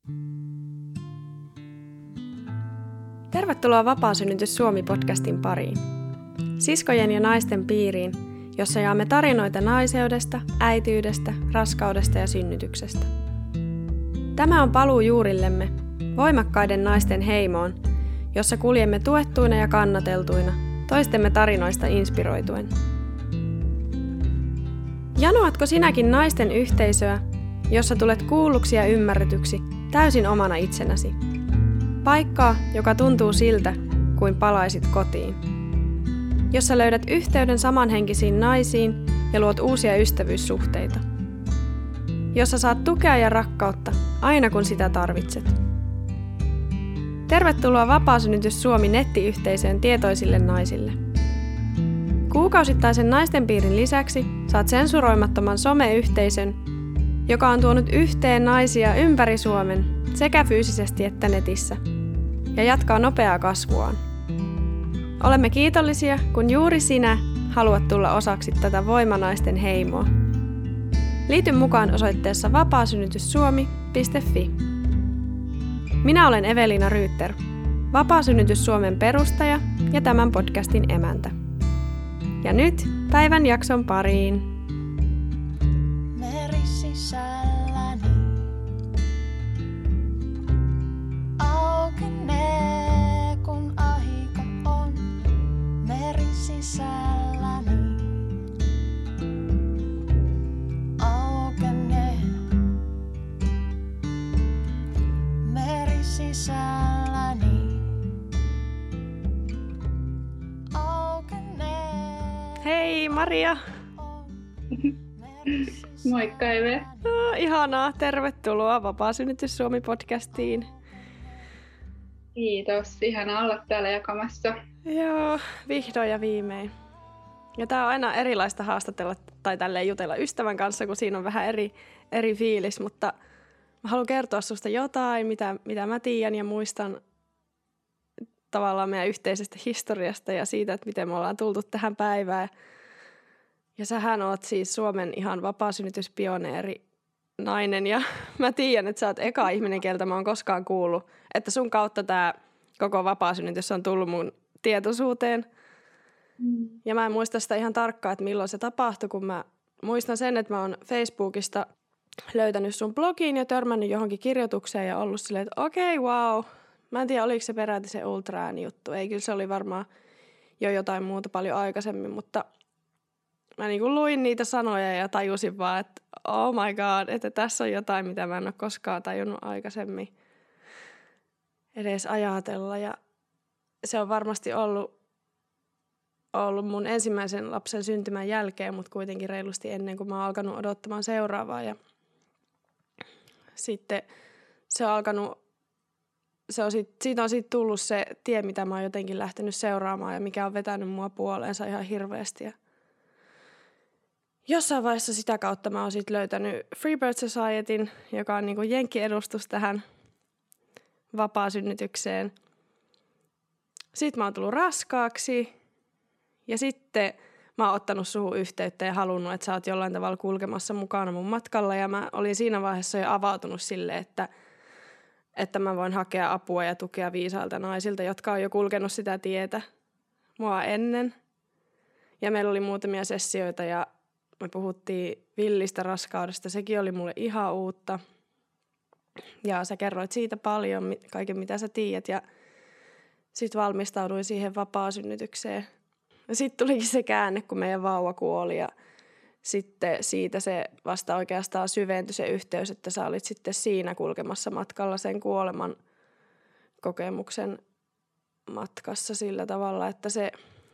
Tervetuloa Vapaasynnytys Suomi-podcastin pariin. Siskojen ja naisten piiriin, jossa jaamme tarinoita naiseudesta, äitiydestä, raskaudesta ja synnytyksestä. Tämä on paluu juurillemme, voimakkaiden naisten heimoon, jossa kuljemme tuettuina ja kannateltuina, toistemme tarinoista inspiroituen. Janoatko sinäkin naisten yhteisöä, jossa tulet kuulluksi ja ymmärretyksi täysin omana itsenäsi? Paikkaa, joka tuntuu siltä, kuin palaisit kotiin. Jossa löydät yhteyden samanhenkisiin naisiin ja luot uusia ystävyyssuhteita. Jossa saat tukea ja rakkautta aina kun sitä tarvitset. Tervetuloa Vapaasynnytys Suomi nettiyhteisöön tietoisille naisille. Kuukausittaisen naistenpiirin lisäksi saat sensuroimattoman someyhteisön, joka on tuonut yhteen naisia ympäri Suomen sekä fyysisesti että netissä, ja jatkaa nopeaa kasvuaan. Olemme kiitollisia, kun juuri sinä haluat tulla osaksi tätä voimanaisten heimoa. Liity mukaan osoitteessa vapaasynnytyssuomi.fi. Minä olen Evelina Ryytter, Vapaasynnytys Suomen perustaja ja tämän podcastin emäntä. Ja nyt päivän jakson pariin. Merisisälläni aukenee, kun aika on. Merisisälläni aukenee. Merisisälläni aukenee. Hei Maria! Moikka Eve. No, ihanaa, tervetuloa Vapaasynnytys Suomi-podcastiin. Kiitos, ihana olla täällä jakamassa. Joo, vihdoin ja viimein. Ja tää on aina erilaista haastatella tai tälleen jutella ystävän kanssa, kun siinä on vähän eri fiilis, mutta mä haluan kertoa susta jotain, mitä mä tiedän ja muistan tavallaan meidän yhteisestä historiasta ja siitä, että miten me ollaan tultu tähän päivään. Ja sähän oot siis Suomen ihan vapaasynnytyspioneeri nainen ja mä tiedän, että sä oot eka ihminen, keltä mä oon koskaan kuullut, että sun kautta tää koko vapaasynnytys on tullut mun tietoisuuteen. Ja mä en muista sitä ihan tarkkaan, että milloin se tapahtui, kun mä muistan sen, että mä oon Facebookista löytänyt sun blogiin ja törmännyt johonkin kirjoitukseen ja ollut silleen, että okei, wow. Mä en tiedä, oliko se peräti se ultraääni juttu. Ei, kyllä se oli varmaan jo jotain muuta paljon aikaisemmin, mutta mä niin kuin luin niitä sanoja ja tajusin vaan, että oh my god, että tässä on jotain, mitä mä en ole koskaan tajunnut aikaisemmin edes ajatella. Ja se on varmasti ollut mun ensimmäisen lapsen syntymän jälkeen, mutta kuitenkin reilusti ennen kuin mä oon alkanut odottamaan seuraavaa. Ja sitten se on alkanut, siitä on tullut se tie, mitä mä oon jotenkin lähtenyt seuraamaan ja mikä on vetänyt mua puoleensa ihan hirveästi. Ja jossain vaiheessa sitä kautta mä oon sitten löytänyt Free Birth Societyn, joka on niinku jenkkiedustus tähän vapaasynnytykseen. Sitten mä oon tullut raskaaksi ja sitten mä oon ottanut suhun yhteyttä ja halunnut, että sä oot jollain tavalla kulkemassa mukana mun matkalla. Ja mä olin siinä vaiheessa jo avautunut sille, että mä voin hakea apua ja tukea viisailta naisilta, jotka on jo kulkenut sitä tietä mua ennen. Ja meillä oli muutamia sessioita ja me puhuttiin villistä raskaudesta. Sekin oli mulle ihan uutta. Ja sä kerroit siitä paljon, kaiken mitä sä tiedät. Ja sit valmistauduin siihen vapaasynnytykseen. Ja sit tulikin se käänne, kun meidän vauva kuoli. Ja sitten siitä se vasta oikeastaan syventyi se yhteys, että sä olit sitten siinä kulkemassa matkalla sen kuoleman kokemuksen matkassa sillä tavalla, että se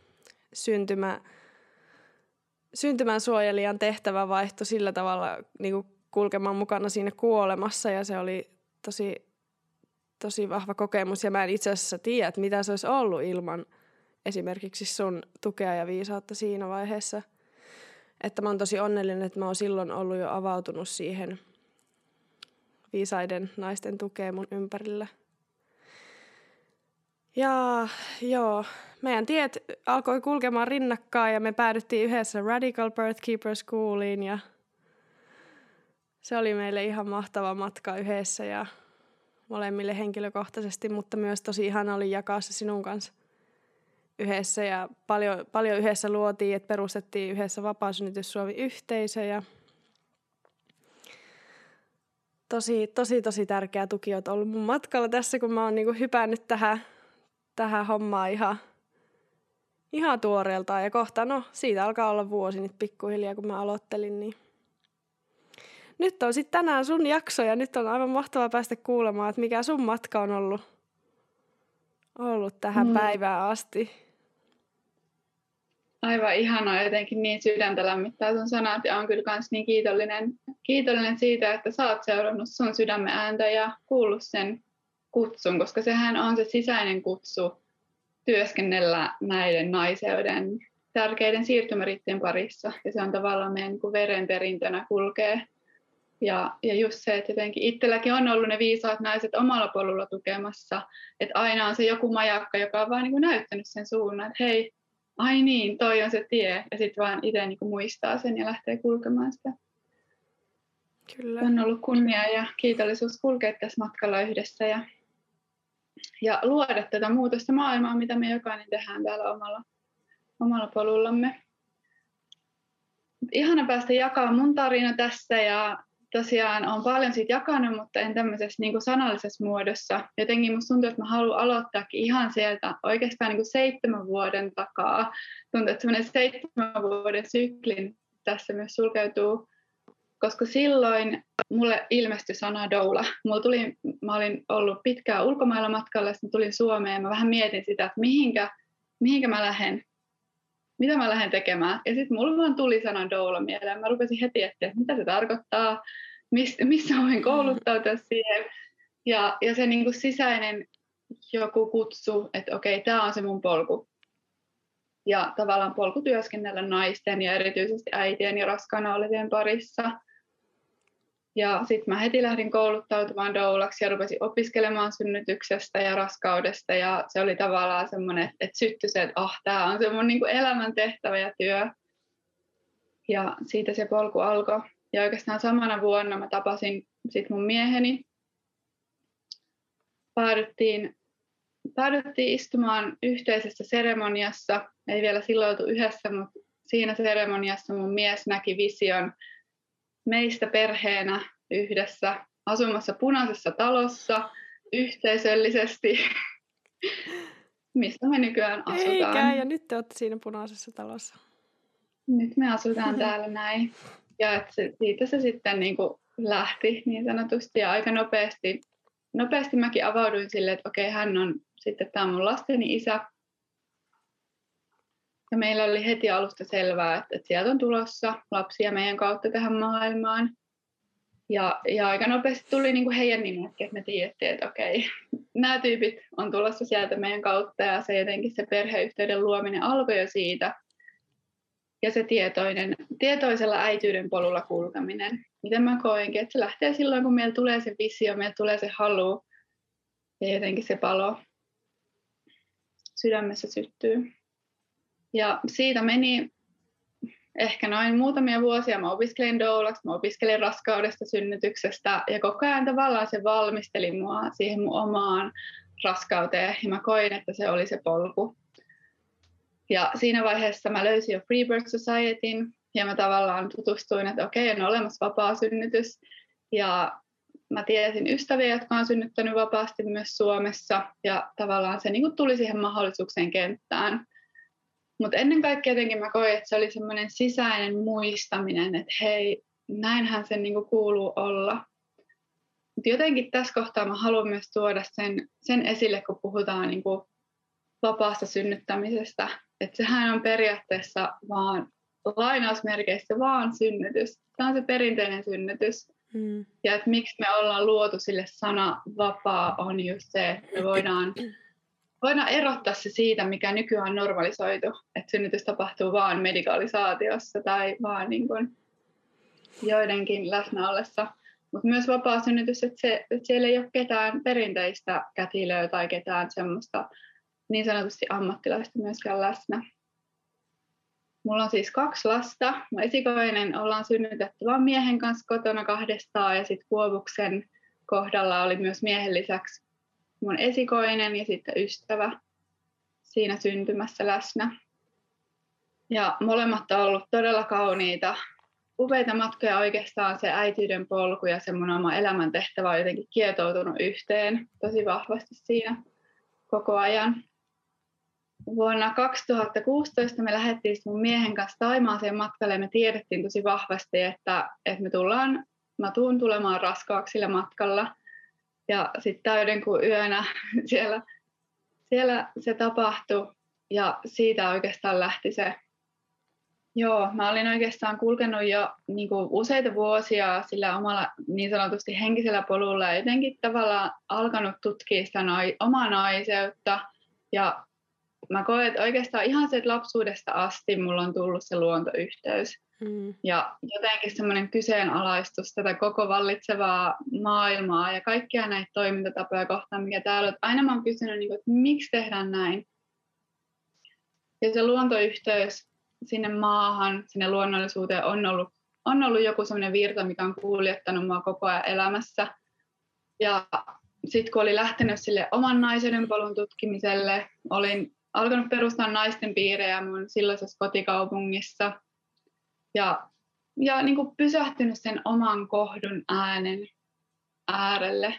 syntymän suojelijan tehtävä vaihtui sillä tavalla niin kuin kulkemaan mukana siinä kuolemassa ja se oli tosi vahva kokemus ja mä en itse asiassa tiedä, että mitä se olisi ollut ilman esimerkiksi sun tukea ja viisautta siinä vaiheessa. Että mä oon tosi onnellinen, että mä oon silloin ollut jo avautunut siihen viisaiden naisten tukeen mun ympärillä. Ja joo, meidän tiet alkoi kulkemaan rinnakkain ja me päädyttiin yhdessä Radical Birth Keeper Schooliin ja se oli meille ihan mahtava matka yhdessä ja molemmille henkilökohtaisesti, mutta myös tosi ihana oli jakaa se sinun kanssa yhdessä ja paljon yhdessä luotiin, että perustettiin yhdessä Vapaasynnytys Suomi-yhteisö ja tosi tärkeä tuki olet ollut mun matkalla tässä, kun mä oon niinku hypännyt tähän hommaan ihan tuoreeltaan ja kohta, siitä alkaa olla vuosi nyt pikkuhiljaa, kun mä aloittelin, niin nyt on sitten tänään sun jakso ja nyt on aivan mahtavaa päästä kuulemaan, että mikä sun matka on ollut tähän päivään asti. Aivan ihanaa, jotenkin niin sydäntä lämmittää sun sanat ja on kyllä kans niin kiitollinen siitä, että sä oot seurannut sun sydämen ääntä ja kuullut sen kutsun, koska sehän on se sisäinen kutsu työskennellä näiden naiseuden tärkeiden siirtymäriittien parissa ja se on tavallaan meidän niin verenperintönä kulkee. Ja just se, että jotenkin itselläkin on ollut ne viisaat naiset omalla polulla tukemassa, että aina on se joku majakka, joka on vaan niin kuin näyttänyt sen suunnan, että hei, ai niin, toi on se tie, ja sitten vaan itse niin kuin muistaa sen ja lähtee kulkemaan sitä. Kyllä. On ollut kunnia ja kiitollisuus kulkea tässä matkalla yhdessä ja luoda tätä muutosta maailmaa, mitä me jokainen tehdään täällä omalla polullamme. Ihana päästä jakamaan mun tarina tässä ja tosiaan olen paljon siitä jakanut, mutta en tämmöisessä niin kuin sanallisessa muodossa. Jotenkin musta tuntuu, että mä haluan aloittaakin ihan sieltä oikeastaan niin kuin 7 vuoden takaa. Tuntuu, että semmoinen 7 vuoden syklin tässä myös sulkeutuu, koska silloin mulle ilmestyi sana doula. Mä olin ollut pitkään ulkomailla matkalla ja sitten tulin Suomeen ja mä vähän mietin sitä, että mihinkä mä lähden. Mitä mä lähden tekemään? Ja sitten mulla vaan tuli sana doula mieleen. Mä rupesin heti etsiä, että mitä se tarkoittaa, missä voin kouluttautua siihen. Ja se niin kuin sisäinen joku kutsu, että okei, tämä on se mun polku. Ja tavallaan polku työskennellä naisten ja erityisesti äitien ja raskaana olevien parissa. Ja sitten mä heti lähdin kouluttautumaan doulaksi ja rupesin opiskelemaan synnytyksestä ja raskaudesta. Ja se oli tavallaan semmoinen, että syttyi se, että tämä on se mun niin kuin elämäntehtävä ja työ. Ja siitä se polku alkoi. Ja oikeastaan samana vuonna mä tapasin sit mun mieheni. Päädyttiin istumaan yhteisessä seremoniassa. Ei vielä silloin oltu yhdessä, mutta siinä seremoniassa mun mies näki vision meistä perheenä yhdessä asumassa punaisessa talossa yhteisöllisesti, mistä me nykyään asutaan. Eikä, ja nyt te olette siinä punaisessa talossa. Nyt me asutaan täällä näin. Ja siitä se sitten niin kuin lähti niin sanotusti ja aika nopeasti mäkin avauduin sille, että okei, hän on sitten tämä mun lasteni isä. Ja meillä oli heti alusta selvää, että sieltä on tulossa lapsia meidän kautta tähän maailmaan. Ja aika nopeasti tuli niin kuin heidän nimetkin, että me tiedettiin, että okei, nämä tyypit on tulossa sieltä meidän kautta. Ja se jotenkin se perheyhteyden luominen alkoi jo siitä. Ja se tietoisella äityyden polulla kulkeminen. Miten mä koinkin, että se lähtee silloin, kun meillä tulee se visio, meillä tulee se halu. Ja jotenkin se palo sydämessä syttyy. Ja siitä meni ehkä noin muutamia vuosia. Mä opiskelin doulaksi, mä opiskelin raskaudesta, synnytyksestä ja koko ajan tavallaan se valmisteli mua siihen mun omaan raskauteen ja mä koin, että se oli se polku. Ja siinä vaiheessa mä löysin jo Free Birth Societyn ja mä tavallaan tutustuin, että okei, on olemassa vapaa synnytys. Ja mä tiesin ystäviä, jotka on synnyttänyt vapaasti myös Suomessa ja tavallaan se niin kuin tuli siihen mahdollisuuksien kenttään. Mutta ennen kaikkea jotenkin mä koin, että se oli semmoinen sisäinen muistaminen, että hei, näinhän sen niinku kuuluu olla. Mutta jotenkin tässä kohtaa mä haluan myös tuoda sen esille, kun puhutaan niinku vapaasta synnyttämisestä. Että sehän on periaatteessa vaan lainausmerkeissä vaan synnytys. Tämä on se perinteinen synnytys. Ja että miksi me ollaan luotu sille sana vapaa on just se, että me voidaan erottaa se siitä, mikä nykyään on normalisoitu, että synnytys tapahtuu vaan medikalisaatiossa tai vaan niin kuin joidenkin läsnä ollessa. Mutta myös vapaa synnytys, että siellä ei ole ketään perinteistä kätilöä tai ketään semmoista niin sanotusti ammattilaista myöskään läsnä. Mulla on siis 2 lasta. Esikoinen ollaan synnytetty vaan miehen kanssa kotona 2 ja sitten Kuovuksen kohdalla oli myös miehen lisäksi mun esikoinen ja sitten ystävä siinä syntymässä läsnä. Ja molemmat on ollut todella kauniita, upeita matkoja oikeastaan. Se äitiyden polku ja se mun oma elämäntehtävä on jotenkin kietoutunut yhteen tosi vahvasti siinä koko ajan. Vuonna 2016 me lähdettiin mun miehen kanssa Thaimaaseen matkalle ja me tiedettiin tosi vahvasti, että mä tuun tulemaan raskaaksi sillä matkalla. Ja sitten täyden kuin yönä siellä se tapahtui ja siitä oikeastaan lähti se. Joo, mä olin oikeastaan kulkenut jo niin kuin useita vuosia sillä omalla niin sanotusti henkisellä polulla ja jotenkin tavallaan alkanut tutkia sitä omaa naiseutta. Ja mä koen, että oikeastaan ihan se lapsuudesta asti mulla on tullut se luontoyhteys. Ja jotenkin semmoinen kyseenalaistus tätä koko vallitsevaa maailmaa ja kaikkia näitä toimintatapoja kohtaan, mikä täällä on. Aina mä oon kysynyt, että miksi tehdään näin. Ja se luontoyhteys sinne maahan, sinne luonnollisuuteen on ollut joku semmoinen virta, mikä on kuljettanut mua koko ajan elämässä. Ja sitten kun olin lähtenyt sille oman naisen polun tutkimiselle, olin alkanut perustaa naisten piirejä mun silloisessa kotikaupungissa. Ja niin kuin pysähtynyt sen oman kohdun äänen äärelle.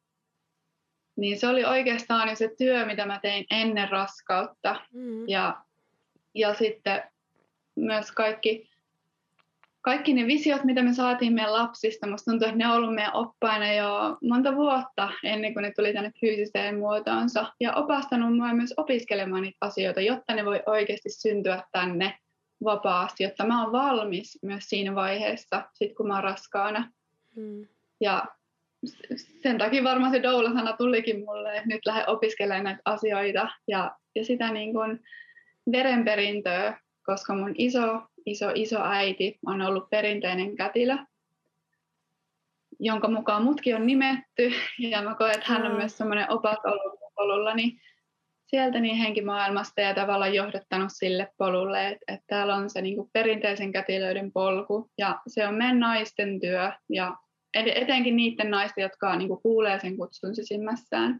Niin se oli oikeastaan jo se työ, mitä mä tein ennen raskautta. Ja sitten myös kaikki ne visiot, mitä me saatiin meidän lapsista, musta tuntuu, että ne on ollut meidän oppaina jo monta vuotta ennen kuin ne tuli tänne fyysiseen muotoonsa. Ja opastanut mua myös opiskelemaan niitä asioita, jotta ne voi oikeasti syntyä tänne vapaasti, jotta mä oon valmis myös siinä vaiheessa, sit kun mä oon raskaana. Ja sen takia varmaan se doula-sana tulikin mulle, että nyt lähden opiskelemaan näitä asioita ja sitä niin kuin verenperintöä, koska mun iso äiti on ollut perinteinen kätilö, jonka mukaan mutkin on nimetty, ja mä koen, että hän on myös semmoinen opas ollut polullani sieltä niin henkimaailmasta ja tavallaan johdattanut sille polulle, että täällä on se niin kuin perinteisen kätilöiden polku, ja se on meidän naisten työ, ja etenkin niiden naisten, jotka niin kuin kuulee sen kutsun sisimmässään.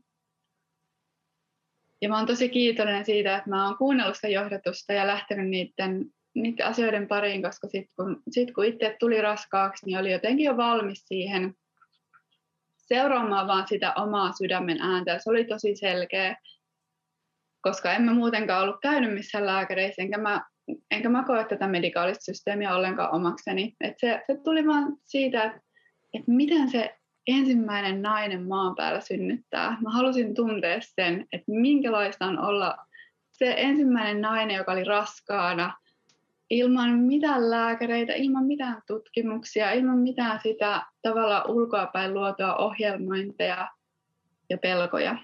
Ja mä oon tosi kiitollinen siitä, että mä oon kuunnellut sitä johdatusta ja lähtenyt niiden asioiden pariin, koska sit kun itse tuli raskaaksi, niin oli jotenkin jo valmis siihen seuraamaan vaan sitä omaa sydämen ääntä. Ja se oli tosi selkeä, koska en mä muutenkaan ollut käynyt missään lääkäreissä, enkä mä koe tätä medikaalista systeemiä ollenkaan omakseni. Et se tuli vaan siitä, että miten se ensimmäinen nainen maan päällä synnyttää. Mä halusin tuntea sen, että minkälaista on olla se ensimmäinen nainen, joka oli raskaana, ilman mitään lääkäreitä, ilman mitään tutkimuksia, ilman mitään sitä tavallaan ulkoapäin luotua ohjelmointeja ja pelkoja.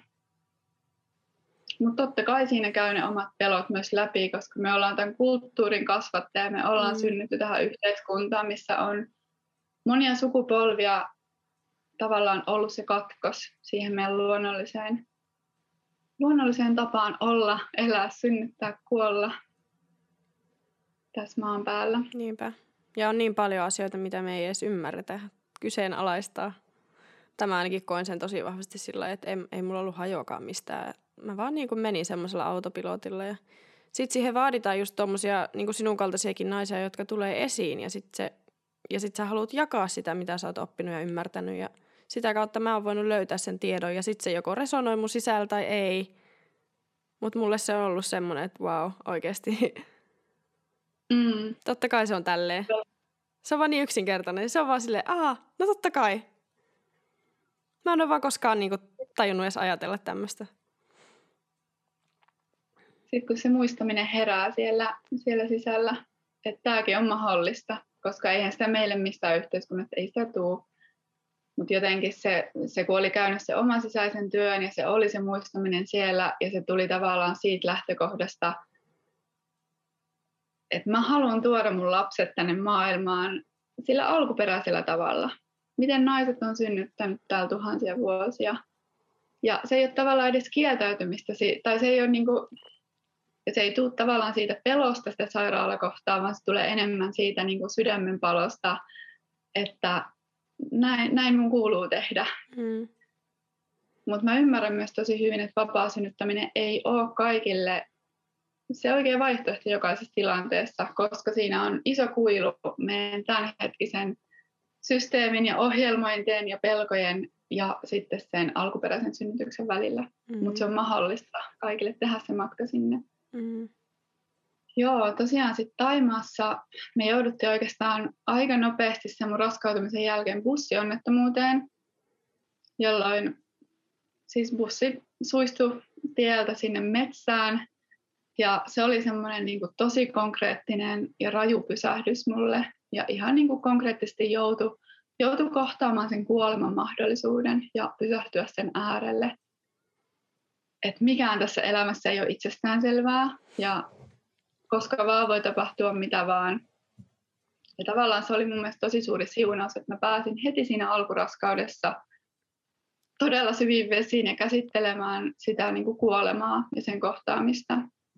Mutta totta kai siinä käy ne omat pelot myös läpi, koska me ollaan tämän kulttuurin kasvattaja, me ollaan synnytty tähän yhteiskuntaan, missä on monia sukupolvia tavallaan ollut se katkos siihen meidän luonnolliseen tapaan olla, elää, synnyttää, kuolla tässä maan päällä. Niinpä. Ja on niin paljon asioita, mitä me ei edes ymmärretä, kyseenalaistaa. Tämä ainakin koen sen tosi vahvasti sillä, että ei mulla ollut hajoakaan mistään. Mä vaan niin kuin menin semmoisella autopilotilla ja sitten siihen vaaditaan just tommosia niin kuin sinun kaltaisiakin naisia, jotka tulee esiin ja sit sä haluat jakaa sitä, mitä sä oot oppinut ja ymmärtänyt ja sitä kautta mä oon voinut löytää sen tiedon ja sitten se joko resonoi mun sisällä tai ei. Mutta mulle se on ollut semmoinen, että vau, oikeasti. Totta kai se on tälleen. Se on vaan niin yksinkertainen. Se on vaan silleen, no totta kai. Mä en ole vaan koskaan niinku tajunnut edes ajatella tämmöistä. Sitten kun se muistaminen herää siellä sisällä, että tämäkin on mahdollista, koska eihän sitä meille mistään yhteiskunnasta ei sitä tule. Mutta jotenkin se, kun oli käynyt se oman sisäisen työn ja se oli se muistaminen siellä ja se tuli tavallaan siitä lähtökohdasta, että mä haluan tuoda mun lapset tänne maailmaan sillä alkuperäisellä tavalla. Miten naiset on synnyttänyt täällä tuhansia vuosia. Ja se ei ole tavallaan edes kieltäytymistä, tai se ei ole niinku, se ei tule tavallaan siitä pelosta sitä sairaalakohtaa, vaan se tulee enemmän siitä niinku sydämen palosta, että näin mun kuuluu tehdä. Mm. Mutta mä ymmärrän myös tosi hyvin, että vapaa synnyttäminen ei ole kaikille se oikea vaihtoehto jokaisessa tilanteessa, koska siinä on iso kuilu meidän tämänhetkisen systeemin ja ohjelmointien ja pelkojen ja sitten sen alkuperäisen synnytyksen välillä. Mutta se on mahdollista kaikille tehdä se matka sinne. Joo, tosiaan sitten Thaimaassa me jouduttiin oikeastaan aika nopeasti sen mun raskautumisen jälkeen bussionnettomuuteen, jolloin siis bussi suistui tieltä sinne metsään. Ja se oli semmoinen niin kuin tosi konkreettinen ja raju pysähdys mulle. Ja ihan niin kuin konkreettisesti joutui kohtaamaan sen kuoleman mahdollisuuden ja pysähtyä sen äärelle. Että mikään tässä elämässä ei ole itsestäänselvää ja koska vaan voi tapahtua mitä vaan. Ja tavallaan se oli mun mielestä tosi suuri siunaus, että mä pääsin heti siinä alkuraskaudessa todella syviin vesiin ja käsittelemään sitä niin kuin kuolemaa ja sen kohtaamista.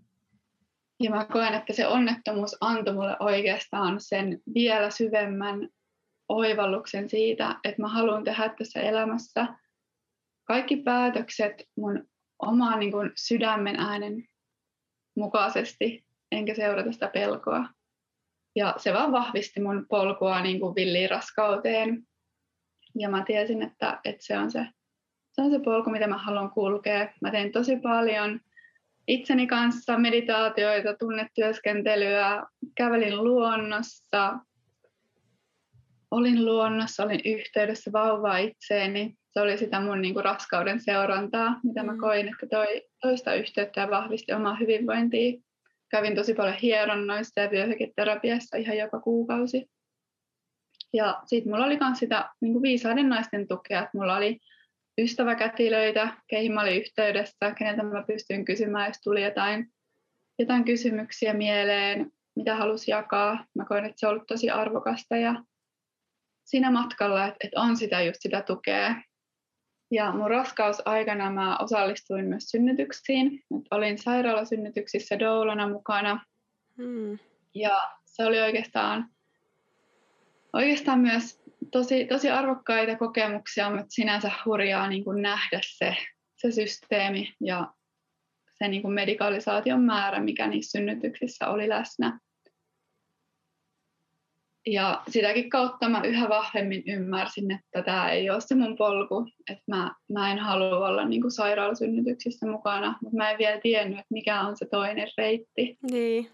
Ja mä koen, että se onnettomuus antoi mulle oikeastaan sen vielä syvemmän oivalluksen siitä, että mä haluan tehdä tässä elämässä kaikki päätökset mun oman niin kuin sydämen äänen mukaisesti, enkä seurata sitä pelkoa. Ja se vaan vahvisti mun polkua niin kuin villiin raskauteen. Ja mä tiesin, että se on se polku, mitä mä haluan kulkea. Mä tein tosi paljon itseni kanssa meditaatioita, tunnetyöskentelyä, kävelin luonnossa, olin yhteydessä vauvaa itseeni. Se oli sitä mun niin kuin raskauden seurantaa, mitä mä koin, että toi sitä yhteyttä ja vahvisti omaa hyvinvointia. Kävin tosi paljon hieronnoissa ja vyöhyketerapiassa ihan joka kuukausi. Ja sitten mulla oli myös sitä niin kuin viisaiden naisten tukea, että mulla oli ystäväkätilöitä, keihin mä olin yhteydessä, keneltä mä pystyin kysymään, jos tuli jotain kysymyksiä mieleen, mitä halusi jakaa. Mä koin, että se on ollut tosi arvokasta ja siinä matkalla, että on just sitä tukea. Ja mun raskausaikana mä osallistuin myös synnytyksiin. Olin sairaalasynnytyksissä doulana mukana. Ja se oli oikeastaan myös tosi arvokkaita kokemuksia, mutta sinänsä hurjaa niin kuin nähdä se systeemi ja se niin kuin medikalisaation määrä, mikä niissä synnytyksissä oli läsnä. Ja sitäkin kautta mä yhä vahvemmin ymmärsin, että tämä ei ole se mun polku. Että mä en halua olla niin kuin sairaalasynnytyksissä mukana, mutta mä en vielä tiennyt, että mikä on se toinen reitti. Niin.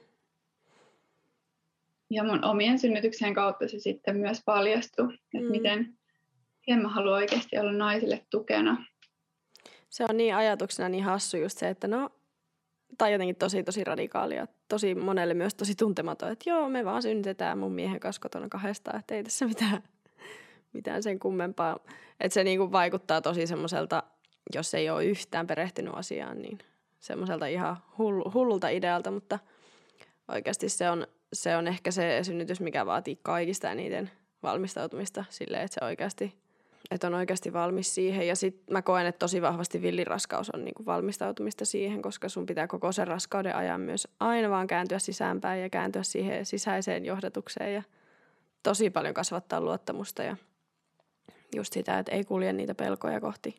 Ja mun omien synnytyksien kautta se sitten myös paljastui, että miten mä haluan oikeasti olla naisille tukena. Se on niin ajatuksena niin hassu just se, että tai jotenkin tosi radikaalia, tosi monelle myös tosi tuntematon, että joo, me vaan synnytetään mun miehen kanssa kotona kahdestaan, että ei tässä mitään sen kummempaa. Että se niinku vaikuttaa tosi semmoiselta, jos ei ole yhtään perehtynyt asiaan, niin semmoiselta ihan hullulta idealta, mutta oikeasti se on ehkä se synnytys, mikä vaatii kaikista eniten valmistautumista silleen, että on oikeasti valmis siihen. Ja sitten mä koen, että tosi vahvasti villiraskaus on niinku valmistautumista siihen, koska sun pitää koko sen raskauden ajan myös aina vaan kääntyä sisäänpäin ja kääntyä siihen sisäiseen johdatukseen ja tosi paljon kasvattaa luottamusta ja just sitä, että ei kulje niitä pelkoja kohti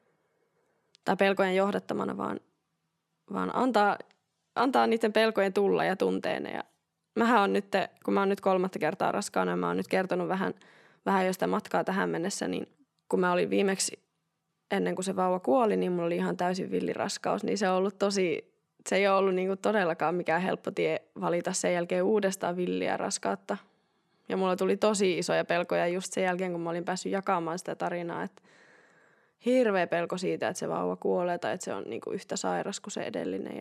tai pelkojen johdattamana, vaan antaa niiden pelkojen tulla ja tunteena. Ja mähän on nyt, kun mä oon nyt 3. kertaa raskaana ja mä oon nyt kertonut vähän jo sitä matkaa tähän mennessä, niin kun mä olin viimeksi ennen kuin se vauva kuoli, niin mulla oli ihan täysin villiraskaus, niin se ei ole ollut niinku todellakaan mikään helppo tie valita sen jälkeen uudestaan villiä raskautta. Ja mulla tuli tosi isoja pelkoja just sen jälkeen, kun mä olin päässyt jakamaan sitä tarinaa, että hirveä pelko siitä, että se vauva kuolee tai että se on niinku yhtä sairas kuin se edellinen.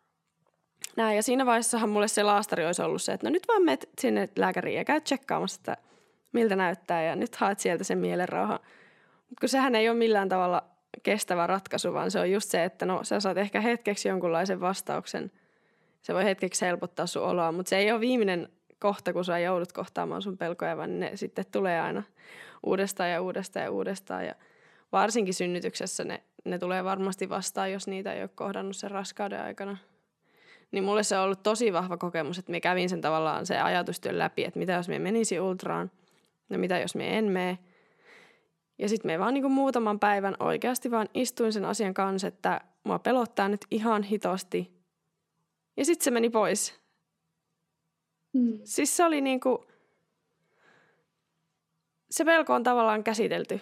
Ja siinä vaiheessahan mulle se laastari olisi ollut se, että no nyt vaan menet sinne lääkäriin ja käy tsekkaamassa, että miltä näyttää ja nyt haet sieltä sen mielenrauhan. Mutta kun sehän ei ole millään tavalla kestävä ratkaisu, vaan se on just se, että no sä saat ehkä hetkeksi jonkunlaisen vastauksen. Se voi hetkeksi helpottaa sun oloa, mutta se ei ole viimeinen kohta, kun sä joudut kohtaamaan sun pelkoja, vaan ne sitten tulee aina uudestaan ja uudestaan ja uudestaan. Ja varsinkin synnytyksessä ne tulee varmasti vastaan, jos niitä ei ole kohdannut sen raskauden aikana. Niin mulle se on ollut tosi vahva kokemus, että mä kävin sen tavallaan se ajatustyön läpi, että mitä jos mä menisin ultraan, no mitä jos mä en mene. Ja sitten me vaan niin kuin muutaman päivän oikeasti vaan istuin sen asian kanssa, että mua pelottaa nyt ihan hitosti. Ja sitten se meni pois. Siis se oli niin kuin, se pelko on tavallaan käsitelty.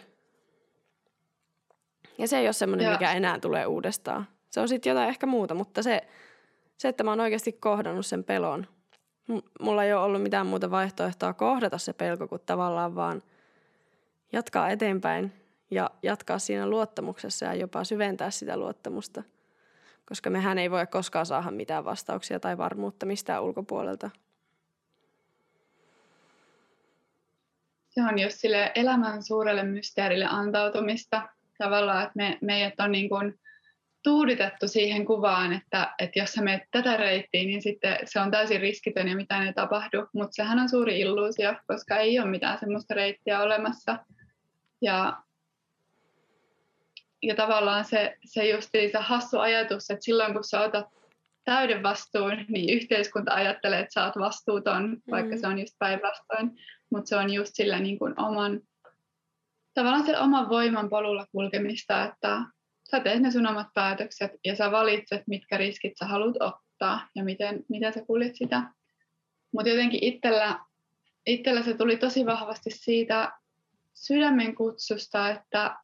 Ja se ei ole semmoinen, mikä enää tulee uudestaan. Se on sitten jotain ehkä muuta, mutta se, että mä oon oikeasti kohdannut sen pelon. Mulla ei ole ollut mitään muuta vaihtoehtoa kohdata se pelko, kuin tavallaan vaan jatkaa eteenpäin ja jatkaa siinä luottamuksessa ja jopa syventää sitä luottamusta. Koska mehän ei voi koskaan saada mitään vastauksia tai varmuutta mistään ulkopuolelta. Se on just sille elämän suurelle mysteerille antautumista. Tavallaan, että meidät on niin kuin tuuditettu siihen kuvaan, että jos sä menet tätä reittiä, niin sitten se on täysin riskitön ja mitään ei tapahdu. Mutta sehän on suuri illuusio, koska ei ole mitään semmoista reittiä olemassa. Ja tavallaan se justiinsa hassu ajatus, että silloin kun sä otat täyden vastuun, niin yhteiskunta ajattelee, että sä oot vastuuton, vaikka se on just päinvastoin. Mutta se on just sillä niin kuin tavallaan se oman voiman polulla kulkemista, että sä teet ne sun omat päätökset ja sä valitset, mitkä riskit sä haluat ottaa ja miten sä kuljet sitä. Mutta jotenkin itsellä se tuli tosi vahvasti siitä sydämen kutsusta, että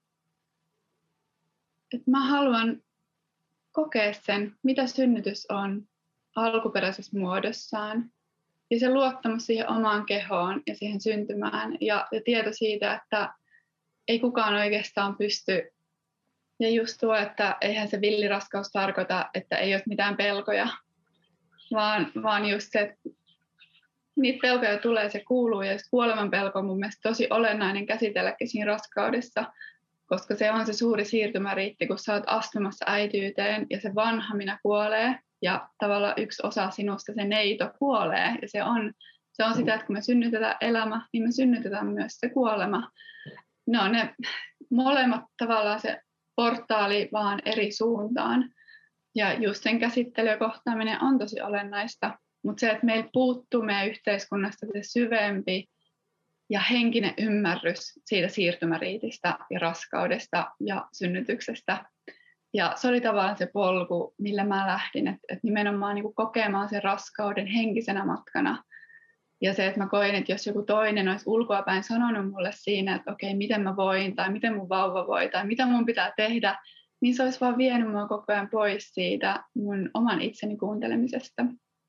mä haluan kokea sen, mitä synnytys on alkuperäisessä muodossaan. Ja se luottamus siihen omaan kehoon ja siihen syntymään ja tieto siitä, että ei kukaan oikeastaan pysty. Ja just tuo, että eihän se villiraskaus tarkoita, että ei ole mitään pelkoja, vaan just se, että niitä pelkoja tulee, se kuuluu. Ja kuoleman pelko on mun mielestä tosi olennainen käsitelläkin siinä raskaudessa, koska se on se suuri siirtymäriitti, kun sä oot astumassa äityyteen ja se vanha minä kuolee ja tavallaan yksi osa sinusta, se neito, kuolee. Ja se on sitä, että kun me synnytetään elämä, niin me synnytetään myös se kuolema. No ne molemmat tavallaan se portaali vaan eri suuntaan. Ja just sen käsittely ja kohtaaminen on tosi olennaista. Mutta se, että meillä puuttuu meidän yhteiskunnasta se syvempi ja henkinen ymmärrys siitä siirtymäriitistä ja raskaudesta ja synnytyksestä. Ja se oli tavallaan se polku, millä mä lähdin, että nimenomaan niin kuin kokemaan sen raskauden henkisenä matkana. Ja se, että mä koin, että jos joku toinen olisi ulkoapäin sanonut mulle siinä, että okei, miten mä voin, tai miten mun vauva voi, tai mitä mun pitää tehdä, niin se olisi vaan vienyt mua koko ajan pois siitä mun oman itseni kuuntelemisesta.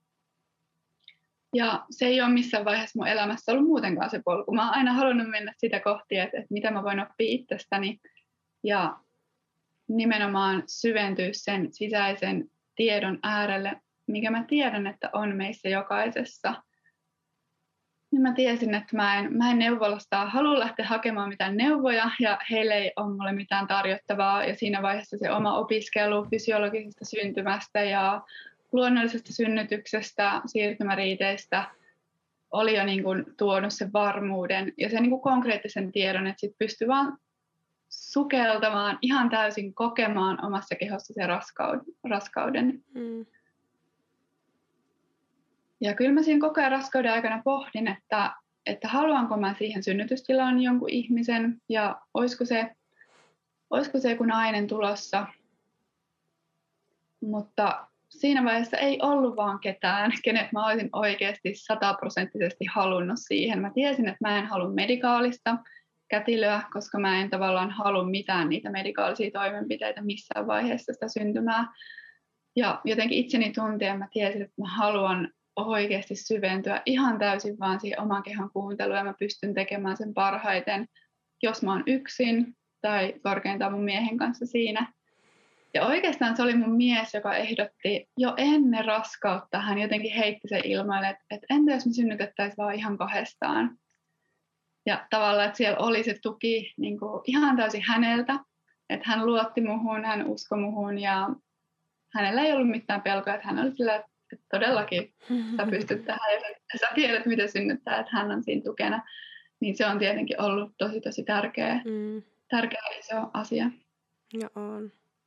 Ja se ei ole missään vaiheessa mun elämässä ollut muutenkaan se polku. Mä oon aina halunnut mennä sitä kohti, että mitä mä voin oppia itsestäni, ja nimenomaan syventyä sen sisäisen tiedon äärelle, mikä mä tiedän, että on meissä jokaisessa. Niin mä tiesin, että mä en neuvolasta halua lähteä hakemaan mitään neuvoja ja heille ei ole mulle mitään tarjottavaa. Ja siinä vaiheessa se oma opiskelu fysiologisesta syntymästä ja luonnollisesta synnytyksestä, siirtymäriiteistä oli jo niin kuin tuonut sen varmuuden ja sen niin kuin konkreettisen tiedon, että sit pystyi vaan sukeltamaan, ihan täysin kokemaan omassa kehossa sen raskauden. Ja kyllä mä siinä koko ajan raskauden aikana pohdin, että haluanko mä siihen synnytystilaan jonkun ihmisen ja olisiko se joku nainen tulossa. Mutta siinä vaiheessa ei ollut vaan ketään, kenet mä olisin oikeasti 100% halunnut siihen. Mä tiesin, että mä en halua medikaalista kätilöä, koska mä en tavallaan halua mitään niitä medikaalisia toimenpiteitä missään vaiheessa sitä syntymää. Ja jotenkin itseni tuntien mä tiesin, että mä haluan oikeasti syventyä ihan täysin vaan siihen oman kehon kuunteluun ja mä pystyn tekemään sen parhaiten, jos mä oon yksin tai korkeintaan mun miehen kanssa siinä. Ja oikeastaan se oli mun mies, joka ehdotti jo ennen raskautta, hän jotenkin heitti sen ilmoille, että entä jos me synnytettäisiin vaan ihan kahdestaan. Ja tavallaan, että siellä oli se tuki niin kuin ihan täysin häneltä, että hän luotti muhun, hän uskoi muhun ja hänellä ei ollut mitään pelkoa, että hän oli sillä, että todellakin sä pystyt tähän ja sä tiedät, mitä synnyttää, että hän on siinä tukena. Niin se on tietenkin ollut tosi tärkeä iso asia. Ja on.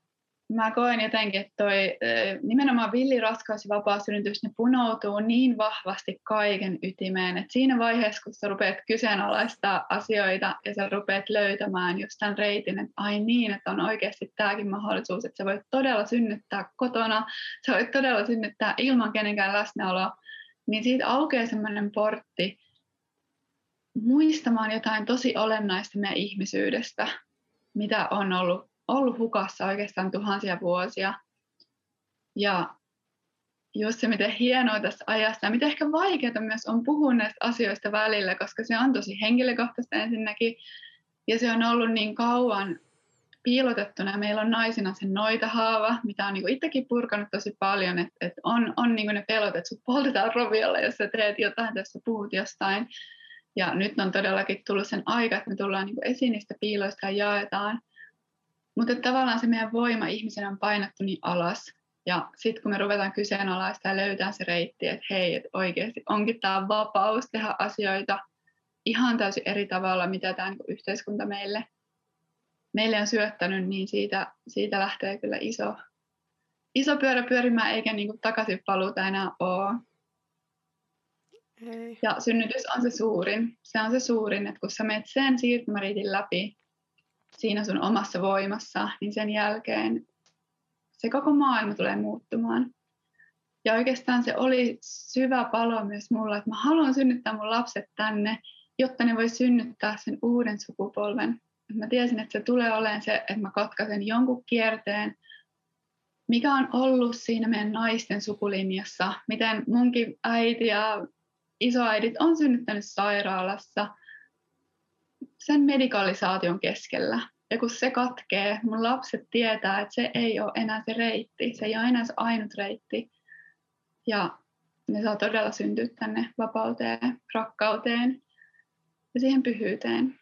mä koen jotenkin, että toi nimenomaan villiraskaus ja vapaasynnytys, ne punoutuu niin vahvasti kaiken ytimeen, että siinä vaiheessa, kun sä rupeat kyseenalaistaa asioita ja sä rupeat löytämään just tämän reitin, että ai niin, että on oikeasti tämäkin mahdollisuus, että sä voit todella synnyttää kotona, sä voit todella synnyttää ilman kenenkään läsnäoloa, niin siitä aukeaa semmoinen portti muistamaan jotain tosi olennaista meidän ihmisyydestä, mitä on ollut hukassa oikeastaan tuhansia vuosia. Ja just se, miten hienoa tässä ajassa ja miten ehkä vaikeaa myös on puhua näistä asioista välillä, koska se on tosi henkilökohtaista ensinnäkin. Ja se on ollut niin kauan piilotettuna. Meillä on naisina se noitahaava, mitä on niin itsekin purkanut tosi paljon. Että on niin ne pelot, että sut poltetaan roviolla, jos sä teet jotain, tässä puhut jostain. Ja nyt on todellakin tullut sen aika, että me tullaan niin esiin niistä piiloista ja jaetaan. Mutta tavallaan se meidän voima ihmisenä on painettu niin alas. Ja sitten kun me ruvetaan kyseenalaista ja löytää se reitti, että hei, että oikeasti onkin tämä vapaus tehdä asioita ihan täysin eri tavalla, mitä tämä niin yhteiskunta meille on syöttänyt, niin siitä lähtee kyllä iso pyörä pyörimään, eikä niin takaisin paluuta enää ole. Ei. Ja synnytys on se suurin. Se on se suurin, että kun sä menet sen siirtymäriitin läpi siinä sun omassa voimassa, niin sen jälkeen se koko maailma tulee muuttumaan. Ja oikeastaan se oli syvä palo myös mulla, että mä haluan synnyttää mun lapset tänne, jotta ne voi synnyttää sen uuden sukupolven. Mä tiesin, että se tulee olemaan se, että mä katkaisen jonkun kierteen, mikä on ollut siinä meidän naisten sukulinjassa, miten munkin äiti ja isoäidit on synnyttänyt sairaalassa sen medikalisaation keskellä. Ja kun se katkee, mun lapset tietää, että se ei ole enää se reitti, se ei ole enää se ainut reitti. Ja ne saa todella syntyä tänne vapauteen, rakkauteen ja siihen pyhyyteen.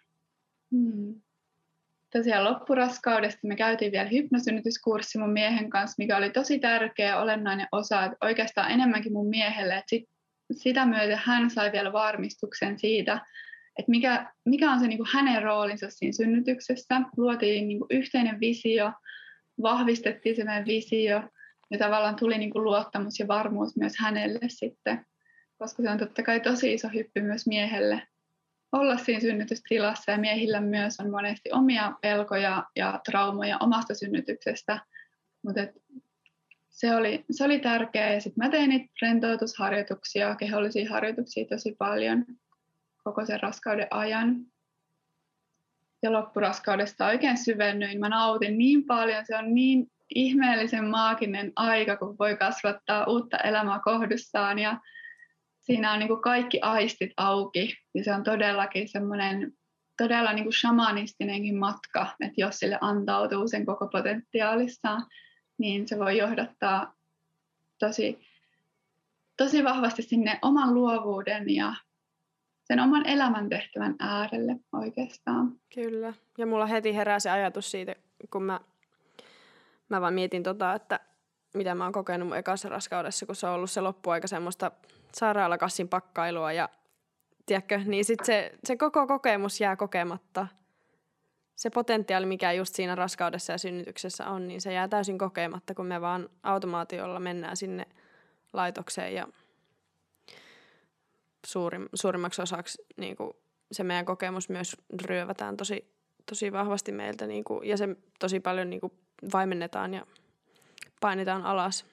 Tosiaan loppuraskaudesta me käytiin vielä hypnosynnytyskurssi mun miehen kanssa, mikä oli tosi tärkeä olennainen osa, että oikeastaan enemmänkin mun miehelle, että sitä myöten hän sai vielä varmistuksen siitä, että mikä on se niin kuin hänen roolinsa siinä synnytyksessä. Luotiin niin kuin yhteinen visio, vahvistettiin se meidän visio ja tavallaan tuli niin kuin luottamus ja varmuus myös hänelle sitten, koska se on totta kai tosi iso hyppy myös miehelle olla siinä synnytystilassa ja miehillä myös on monesti omia pelkoja ja traumoja omasta synnytyksestä, mutta se oli tärkeää ja sitten mä tein niitä rentoutusharjoituksia, kehollisia harjoituksia tosi paljon koko sen raskauden ajan. Ja loppuraskaudesta oikein syvennyin. Mä nautin niin paljon, se on niin ihmeellisen maaginen aika, kun voi kasvattaa uutta elämää kohdussaan ja siinä on niin kuin kaikki aistit auki ja se on todellakin semmoinen todella niin kuin shamanistinenkin matka, että jos sille antautuu sen koko potentiaalissaan, niin se voi johdattaa tosi vahvasti sinne oman luovuuden ja sen oman elämäntehtävän äärelle oikeastaan. Kyllä. Ja mulla heti herää se ajatus siitä, kun mä vaan mietin että mitä mä oon kokenut mun ekassa raskaudessa, kun se on ollut se loppuaika semmoista sairaalakassin pakkailua ja tiedätkö, niin sit se koko kokemus jää kokematta. Se potentiaali, mikä just siinä raskaudessa ja synnytyksessä on, niin se jää täysin kokematta, kun me vaan automaatiolla mennään sinne laitokseen ja suurimmaksi osaksi niin kuin se meidän kokemus myös ryövätään tosi vahvasti meiltä niin kuin, ja se tosi paljon niin kuin vaimennetaan ja painetaan alas.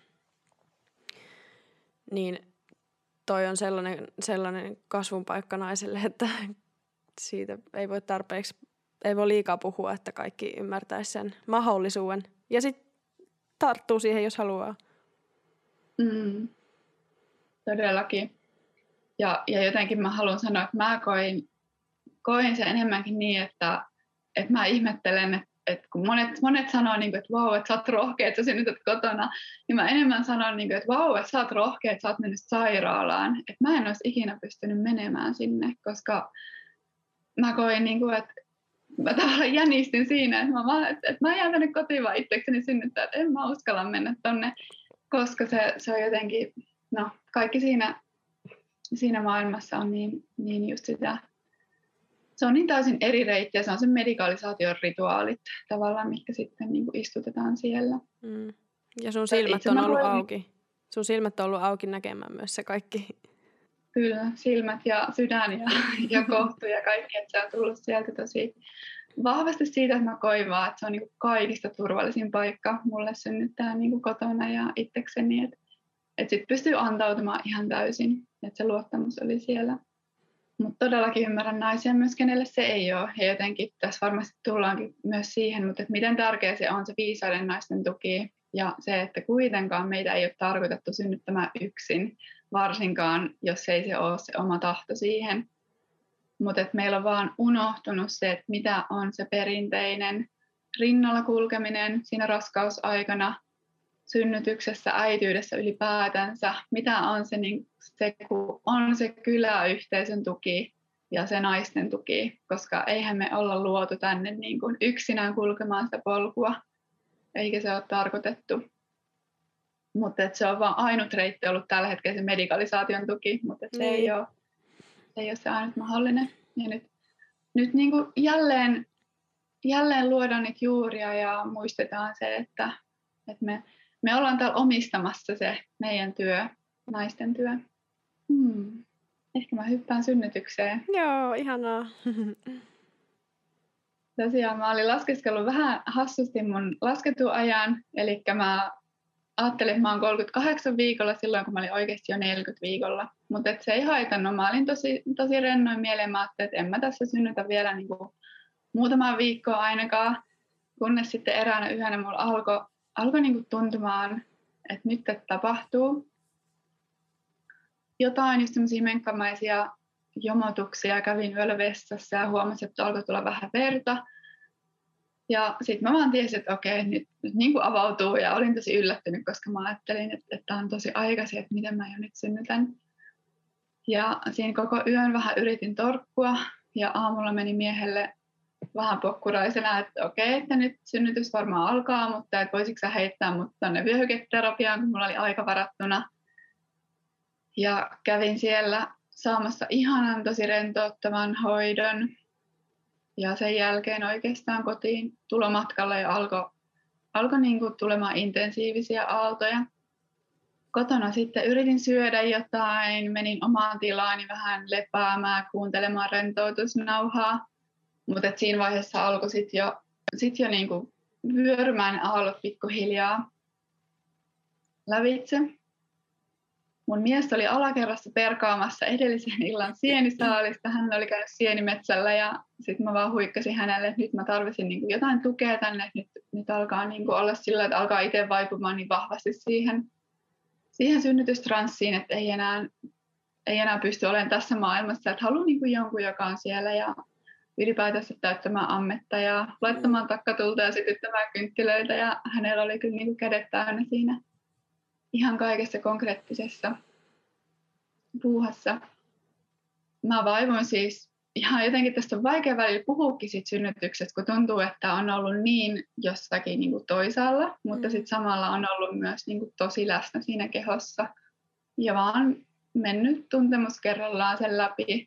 Niin toi on sellainen kasvun paikka naiselle, että siitä ei voi liikaa puhua, että kaikki ymmärtäisi sen mahdollisuuden. Ja sitten tarttuu siihen, jos haluaa. Todellakin. Ja jotenkin mä haluan sanoa, että mä koin sen enemmänkin niin, että mä ihmettelen, että kun monet sanoo, että vau, että sä oot rohkea, että sä synnytät kotona, niin mä enemmän sanon, että vau, että sä oot rohkea, että sä oot mennyt sairaalaan. Että mä en olisi ikinä pystynyt menemään sinne, koska mä koin, että mä tavallaan jänistin siinä, että mä jään tänne kotiin vaan itsekseni synnyttää, että en mä uskalla mennä tonne, koska se on jotenkin, kaikki siinä maailmassa on niin just se on niin täysin eri reitti ja se on sen medikalisaation rituaalit tavallaan, mitkä sitten niin kuin istutetaan siellä. Ja sun silmät itse on mä ollut koin- auki. Sun silmät on ollut auki näkemään myös se kaikki. Kyllä, silmät ja sydän ja kohtu ja kaikki, että se on tullut sieltä tosi vahvasti siitä, että mä koin vaan, että se on niin kuin kaikista turvallisin paikka mulle synnyttää niin kuin kotona ja itsekseni, että sit pystyy antautumaan ihan täysin, että se luottamus oli siellä. Mutta todellakin ymmärrän naisia myös, kenelle se ei ole. Ja jotenkin tässä varmasti tullaankin myös siihen, mutta että miten tärkeä se on se viisaiden naisten tuki. Ja se, että kuitenkaan meitä ei ole tarkoitettu synnyttämään yksin, varsinkaan jos ei se ole se oma tahto siihen. Mutta että meillä on vaan unohtunut se, että mitä on se perinteinen rinnalla kulkeminen siinä raskausaikana, synnytyksessä, äityydessä ylipäätänsä, mitä on se, niin se, kun on se kyläyhteisön tuki ja se naisten tuki, koska eihän me olla luotu tänne niin kuin yksinään kulkemaan sitä polkua, eikä se ole tarkoitettu. Mutta se on vaan ainut reitti ollut tällä hetkellä se medikalisaation tuki, mutta se ei ole se ainut mahdollinen. Ja nyt niin kuin jälleen luodaan niitä juuria ja muistetaan se, että me ollaan täällä omistamassa se meidän työ, naisten työ. Ehkä mä hyppään synnytykseen. Joo, ihanaa. Tosiaan mä olin laskeskellut vähän hassusti mun lasketuajan, eli mä ajattelin, että mä oon 38 viikolla silloin, kun mä olin oikeasti jo 40 viikolla. Mutta se ei haitannut. Mä olin tosi rennoin mieleen. Mä ajattelin, että en mä tässä synnytä vielä niin kuin muutamaa viikkoa ainakaan, kunnes sitten eräänä yhdenä mulla alkoi niin kuin tuntumaan, että nyt tapahtuu jotain, just semmoisia menkkamaisia jomotuksia. Kävin yöllä vessassa ja huomasin, että alkoi tulla vähän verta. Ja sitten mä vaan tiesin, että okei, nyt niin kuin avautuu ja olin tosi yllättynyt, koska mä ajattelin, että on tosi aikaisin, että miten mä jo nyt synnytän. Ja siinä koko yön vähän yritin torkkua ja aamulla meni miehelle vähän pokkuraisena, että okei, että nyt synnytys varmaan alkaa, mutta että voisitko sä heittää mut tonne vyöhyketerapiaan, kun mulla oli aika varattuna. Ja kävin siellä saamassa ihanan tosi rentouttavan hoidon. Ja sen jälkeen oikeastaan kotiin tulomatkalla ja alkoi niin kuin tulemaan intensiivisiä aaltoja. Kotona sitten yritin syödä jotain, menin omaan tilaani vähän lepäämään, kuuntelemaan rentoutusnauhaa. Mutta siinä vaiheessa alkoi sit jo niin kuin vyörymään ne aallot pikkuhiljaa lävitse. Mun mies oli alakerrassa perkaamassa edellisen illan sienisaalista. Hän oli käynyt sienimetsällä ja sitten mä vaan huikkasin hänelle, että nyt mä tarvitsin niin kuin jotain tukea tänne. Että nyt alkaa niin kuin olla sillä, että alkaa itse vaipumaan niin vahvasti siihen synnytystranssiin, että ei enää pysty olemaan tässä maailmassa. Että haluan niin kuin jonkun, joka on siellä ja ylipäätänsä täyttämään ammetta ja laittamaan takkatulta ja sytyttämään kynttilöitä. Ja hänellä oli kyllä niin kuin kädet täynnä siinä ihan kaikessa konkreettisessa puuhassa. Mä vaivoin siis ihan jotenkin, tästä on vaikea välillä puhuakin siitä synnytyksestä, kun tuntuu, että on ollut niin jossakin niin kuin toisaalla, mutta sitten samalla on ollut myös niin kuin tosi läsnä siinä kehossa. Ja vaan mennyt tuntemus kerrallaan sen läpi.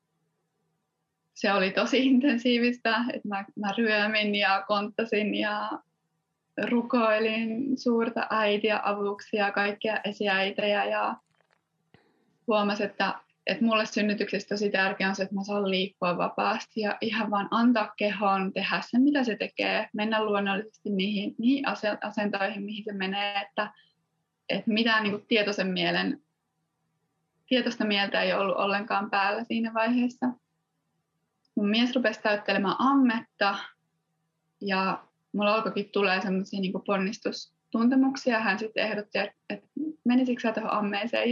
Se oli tosi intensiivistä, että mä ryömin ja konttasin ja rukoilin suurta äitiä avuksi ja kaikkia esiäitejä ja huomasin, että mulle synnytyksessä tosi tärkeää on se, että mä saan liikkua vapaasti ja ihan vaan antaa kehon tehdä sen, mitä se tekee. Mennä luonnollisesti niihin asentoihin, mihin se menee, että mitään niin kuin tietoista mieltä ei ollut ollenkaan päällä siinä vaiheessa. Mun mies rupesi täyttelemään ammetta ja mulla alkoikin tulee semmoisia niin kuin ponnistustuntemuksia. Hän sitten ehdotti, että menisikö sä tuohon ammeeseen.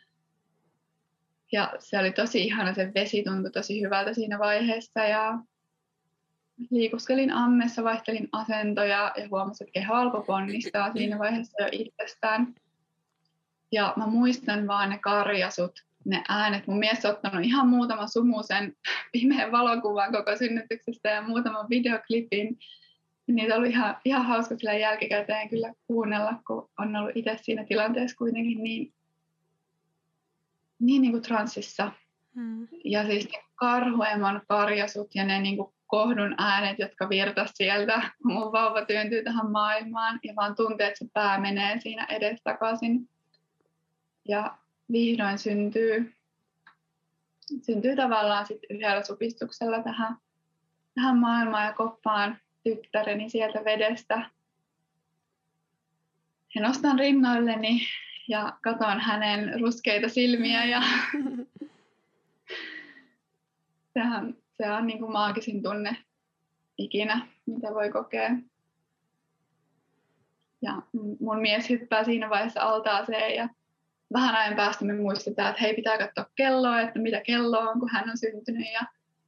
Ja se oli tosi ihana, se vesi tuntui tosi hyvältä siinä vaiheessa. Ja liikuskelin ammessa, vaihtelin asentoja ja huomasin, että keho alkoi ponnistaa siinä vaiheessa jo itsestään. Ja mä muistan vaan ne karjasut, ne äänet. Mun mies on ottanut ihan muutaman sumuisen pimeän valokuvan koko synnytyksestä ja muutaman videoklipin. Niitä on ollut ihan hauska sillä jälkikäteen kyllä kuunnella, kun on ollut itse siinä tilanteessa kuitenkin niin kuin transsissa. Ja siis ne karhuemon karjasut ja ne niin kuin kohdun äänet, jotka virtas sieltä, kun mun vauva työntyy tähän maailmaan. Ja vaan tuntee, että se pää menee siinä edestakaisin. Ja vihdoin syntyy tavallaan sit yhdellä supistuksella tähän maailmaan ja koppaan tyttäreni sieltä vedestä. Ja nostan rinnoilleni ja katon hänen ruskeita silmiä ja se on niin kuin maagisin tunne ikinä, mitä voi kokea. Ja mun mies hyppää siinä vaiheessa altaaseen ja vähän ajan päästä me muistetaan, että hei, pitää katsoa kelloa, että mitä kello on, kun hän on syntynyt. Ja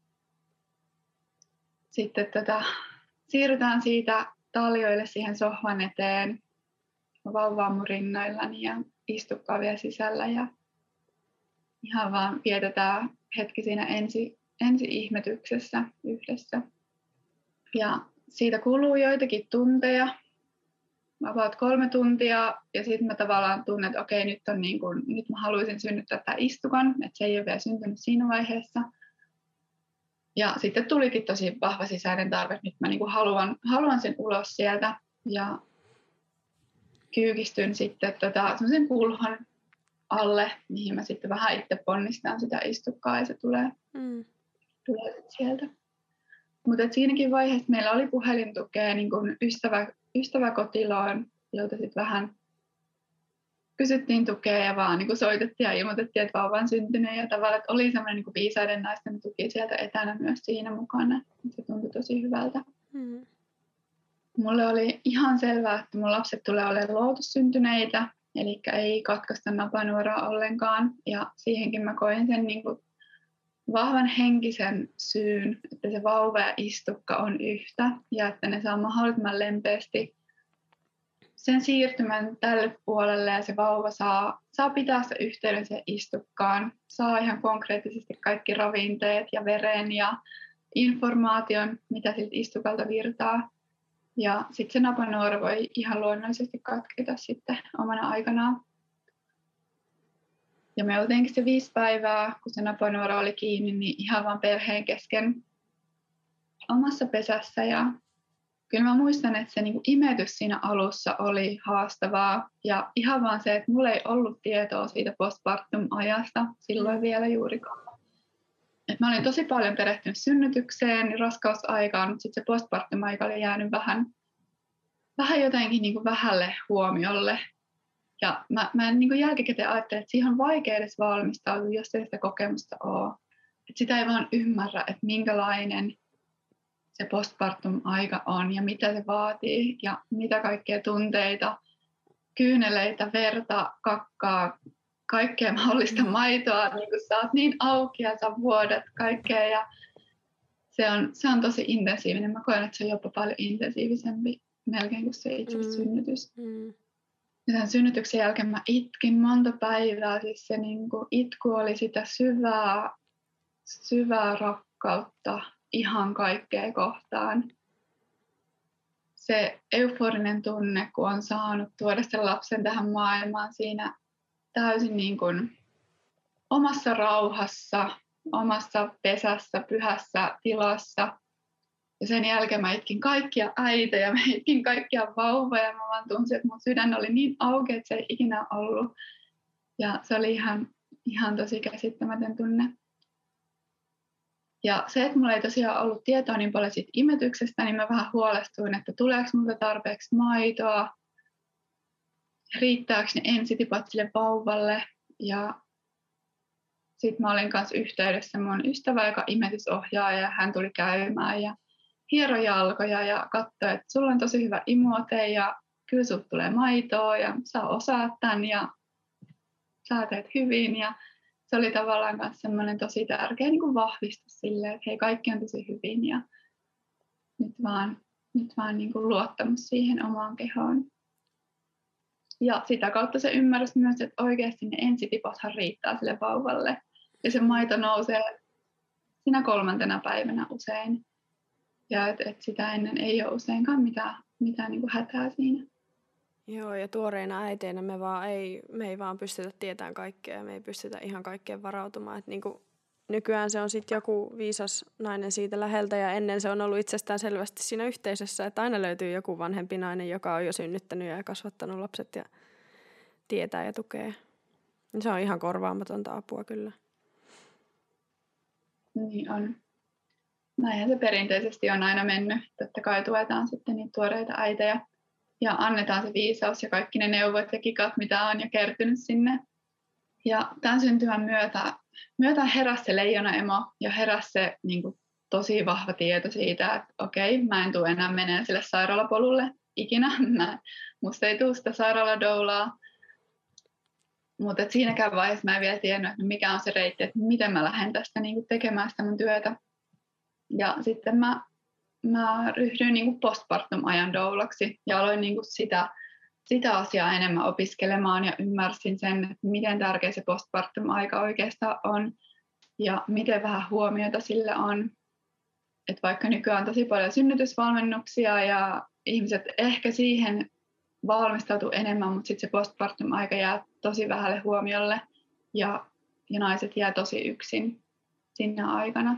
sitten siirrytään siitä taljoille siihen sohvan eteen. Vauva on mun rinnoillani ja istukkaa vielä sisällä ja ihan vaan vietetään hetki siinä ensi-ihmetyksessä yhdessä. Ja siitä kuluu joitakin tunteja, about 3 tuntia, ja sitten mä tavallaan tunnen, että okei, nyt mä haluaisin synnyttää tämän istukan, että se ei ole vielä syntynyt siinä vaiheessa. Ja sitten tulikin tosi vahva sisäinen tarve, että nyt mä niin kuin haluan sen ulos sieltä, ja kyykistyn sitten semmoisen kulhon alle, mihin mä sitten vähän itse ponnistan sitä istukkaa, ja se tulee sieltä. Mutta siinäkin vaiheessa meillä oli puhelintukea niin kuin ystäväkotiloon, jolta sitten vähän kysyttiin tukea ja vaan niin kuin soitettiin ja ilmoitettiin, että vauva on syntynyt. Ja tavallaan, että oli semmoinen niin kuin viisaiden naisten tuki sieltä etänä myös siinä mukana. Se tuntui tosi hyvältä. Mulle oli ihan selvää, että mun lapset tulee olemaan lootussyntyneitä, eli ei katkaista napanuoraa ollenkaan. Ja siihenkin mä koin sen niin kuin vahvan henkisen syyn, että se vauva ja istukka on yhtä ja että ne saa mahdollisimman lempeästi sen siirtymän tälle puolelle ja se vauva saa pitää se yhteyden sen istukkaan, saa ihan konkreettisesti kaikki ravinteet ja veren ja informaation, mitä siltä istukalta virtaa. Ja sitten se napanuora voi ihan luonnollisesti katketa sitten omana aikanaan. Ja me oltiinkin se 5 päivää, kun se napanuora oli kiinni, niin ihan vaan perheen kesken omassa pesässä. Ja kyllä mä muistan, että se niinku imetys siinä alussa oli haastavaa. Ja ihan vaan se, että mulla ei ollut tietoa siitä postpartum-ajasta silloin vielä juurikaan. Et mä olin tosi paljon perehtynyt synnytykseen ja raskausaikaan, mutta sitten se postpartum-aika oli jäänyt vähän jotenkin niinku vähälle huomiolle. Ja mä niin kuin jälkikäteen ajattelin, että siihen on vaikea edes valmistautua, jos ei sitä kokemusta ole. Että sitä ei vaan ymmärrä, että minkälainen se postpartum-aika on ja mitä se vaatii ja mitä kaikkea tunteita, kyyneleitä, verta, kakkaa, kaikkea mahdollista maitoa, niin kuin sä oot niin auki ja sä vuodat kaikkea. Ja se on tosi intensiivinen. Mä koen, että se on jopa paljon intensiivisempi melkein kuin se itse synnytys. Ja sen synnytyksen jälkeen mä itkin monta päivää, siis se niinku itku oli sitä syvää rakkautta ihan kaikkea kohtaan. Se euforinen tunne, kun on saanut tuoda sen lapsen tähän maailmaan siinä täysin niin kuin omassa rauhassa, omassa pesässä, pyhässä tilassa. Ja sen jälkeen mä itkin kaikkia äitejä, mä itkin kaikkia vauvoja. Mä vaan tunsin, että mun sydän oli niin auki, että se ei ikinä ollut. Ja se oli ihan tosi käsittämätön tunne. Ja se, että mulla ei tosiaan ollut tietoa niin paljon siitä imetyksestä, niin mä vähän huolestuin, että tuleeko multa tarpeeksi maitoa, riittääkö ne ensitipat sille vauvalle. Ja sitten mä olin kanssa yhteydessä mun ystävä, joka imetysohjaaja, ja hän tuli käymään ja hieroi jalkoja ja katsoi, että sulla on tosi hyvä imuote ja kyllä sulta tulee maitoa ja sä osaat tämän ja sä teet hyvin. Ja se oli tavallaan myös semmoinen tosi tärkeä niin kuin vahvistus silleen, että hei, kaikki on tosi hyvin ja nyt vaan niin kuin luottamus siihen omaan kehoon. Ja sitä kautta se ymmärrys myös, että oikeasti ne ensitipothan riittää sille vauvalle. Ja se maito nousee siinä 3. päivänä usein. Ja että sitä ennen ei ole useinkaan mitään niin kuin hätää siinä. Joo, ja tuoreina äiteinä me ei vaan pystytä tietämään kaikkea ja me ei pystytä ihan kaikkeen varautumaan. Että niin kuin nykyään se on sitten joku viisas nainen siitä läheltä ja ennen se on ollut itsestään selvästi siinä yhteisössä, että aina löytyy joku vanhempi nainen, joka on jo synnyttänyt ja kasvattanut lapset ja tietää ja tukee. Se on ihan korvaamatonta apua kyllä. Niin on. Näinhän se perinteisesti on aina mennyt. Totta kai tuetaan sitten niitä tuoreita äitejä ja annetaan se viisaus ja kaikki ne neuvot ja kikat, mitä on jo kertynyt sinne. Ja tämän syntymän myötä heräsi se leijonaemo ja heräsi se niin kuin, tosi vahva tieto siitä, että okei, mä en tule enää menemään sille sairaalapolulle ikinä. Musta ei tule sitä sairaaladoulaa. Mutta siinäkään vaiheessa mä en vielä tiennyt, että mikä on se reitti, että miten mä lähden tästä niin kuin, tekemään sitä mun työtä. Ja sitten mä ryhdyin niin kuin postpartum-ajan doulaksi ja aloin niin kuin sitä asiaa enemmän opiskelemaan ja ymmärsin sen, että miten tärkeä se postpartum-aika oikeastaan on ja miten vähän huomiota sillä on. Että vaikka nykyään on tosi paljon synnytysvalmennuksia ja ihmiset ehkä siihen valmistautuu enemmän, mutta sitten se postpartum-aika jää tosi vähälle huomiolle ja naiset jää tosi yksin siinä aikana.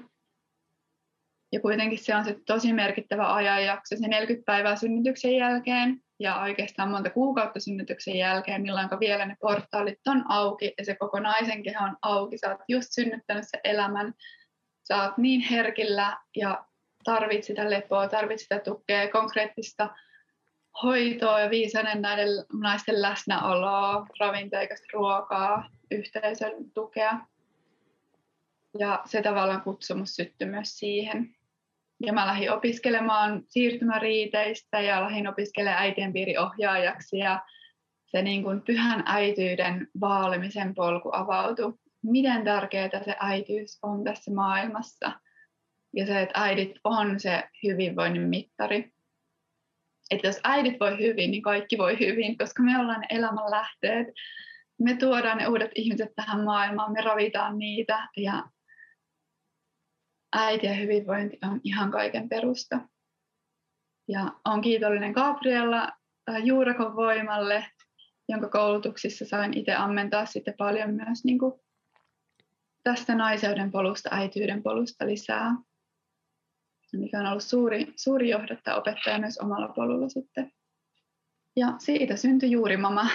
Ja kuitenkin se on se tosi merkittävä ajanjakso, se 40 päivää synnytyksen jälkeen ja oikeastaan monta kuukautta synnytyksen jälkeen, milloin vielä ne portaalit on auki ja se koko naisen keho on auki. Sä oot just synnyttänyt sen elämän, sä oot niin herkillä ja tarvit sitä lepoa, tarvit sitä tukea, konkreettista hoitoa ja viisainen näiden naisten läsnäoloa, ravinteikasta ruokaa, yhteisön tukea. Ja se tavallaan kutsumus syttyi myös siihen. Ja mä lähdin opiskelemaan siirtymäriiteistä ja lähdin opiskelemaan äitienpiiriohjaajaksi ja se niin kuin pyhän äityyden vaalimisen polku avautui. Miten tärkeää se äityys on tässä maailmassa ja se, että äidit on se hyvinvoinnin mittari. Että jos äidit voi hyvin, niin kaikki voi hyvin, koska me ollaan ne elämän lähteet. Me tuodaan ne uudet ihmiset tähän maailmaan, me ravitaan niitä ja äiti ja hyvinvointi on ihan kaiken perusta. Ja olen kiitollinen Gabriella Juurakon voimalle, jonka koulutuksissa sain itse ammentaa sitten paljon myös niin kuin tästä naiseuden polusta, äityyden polusta lisää. Mikä on ollut suuri johdattaja opettaja myös omalla polulla sitten. Ja siitä syntyi Juurimama.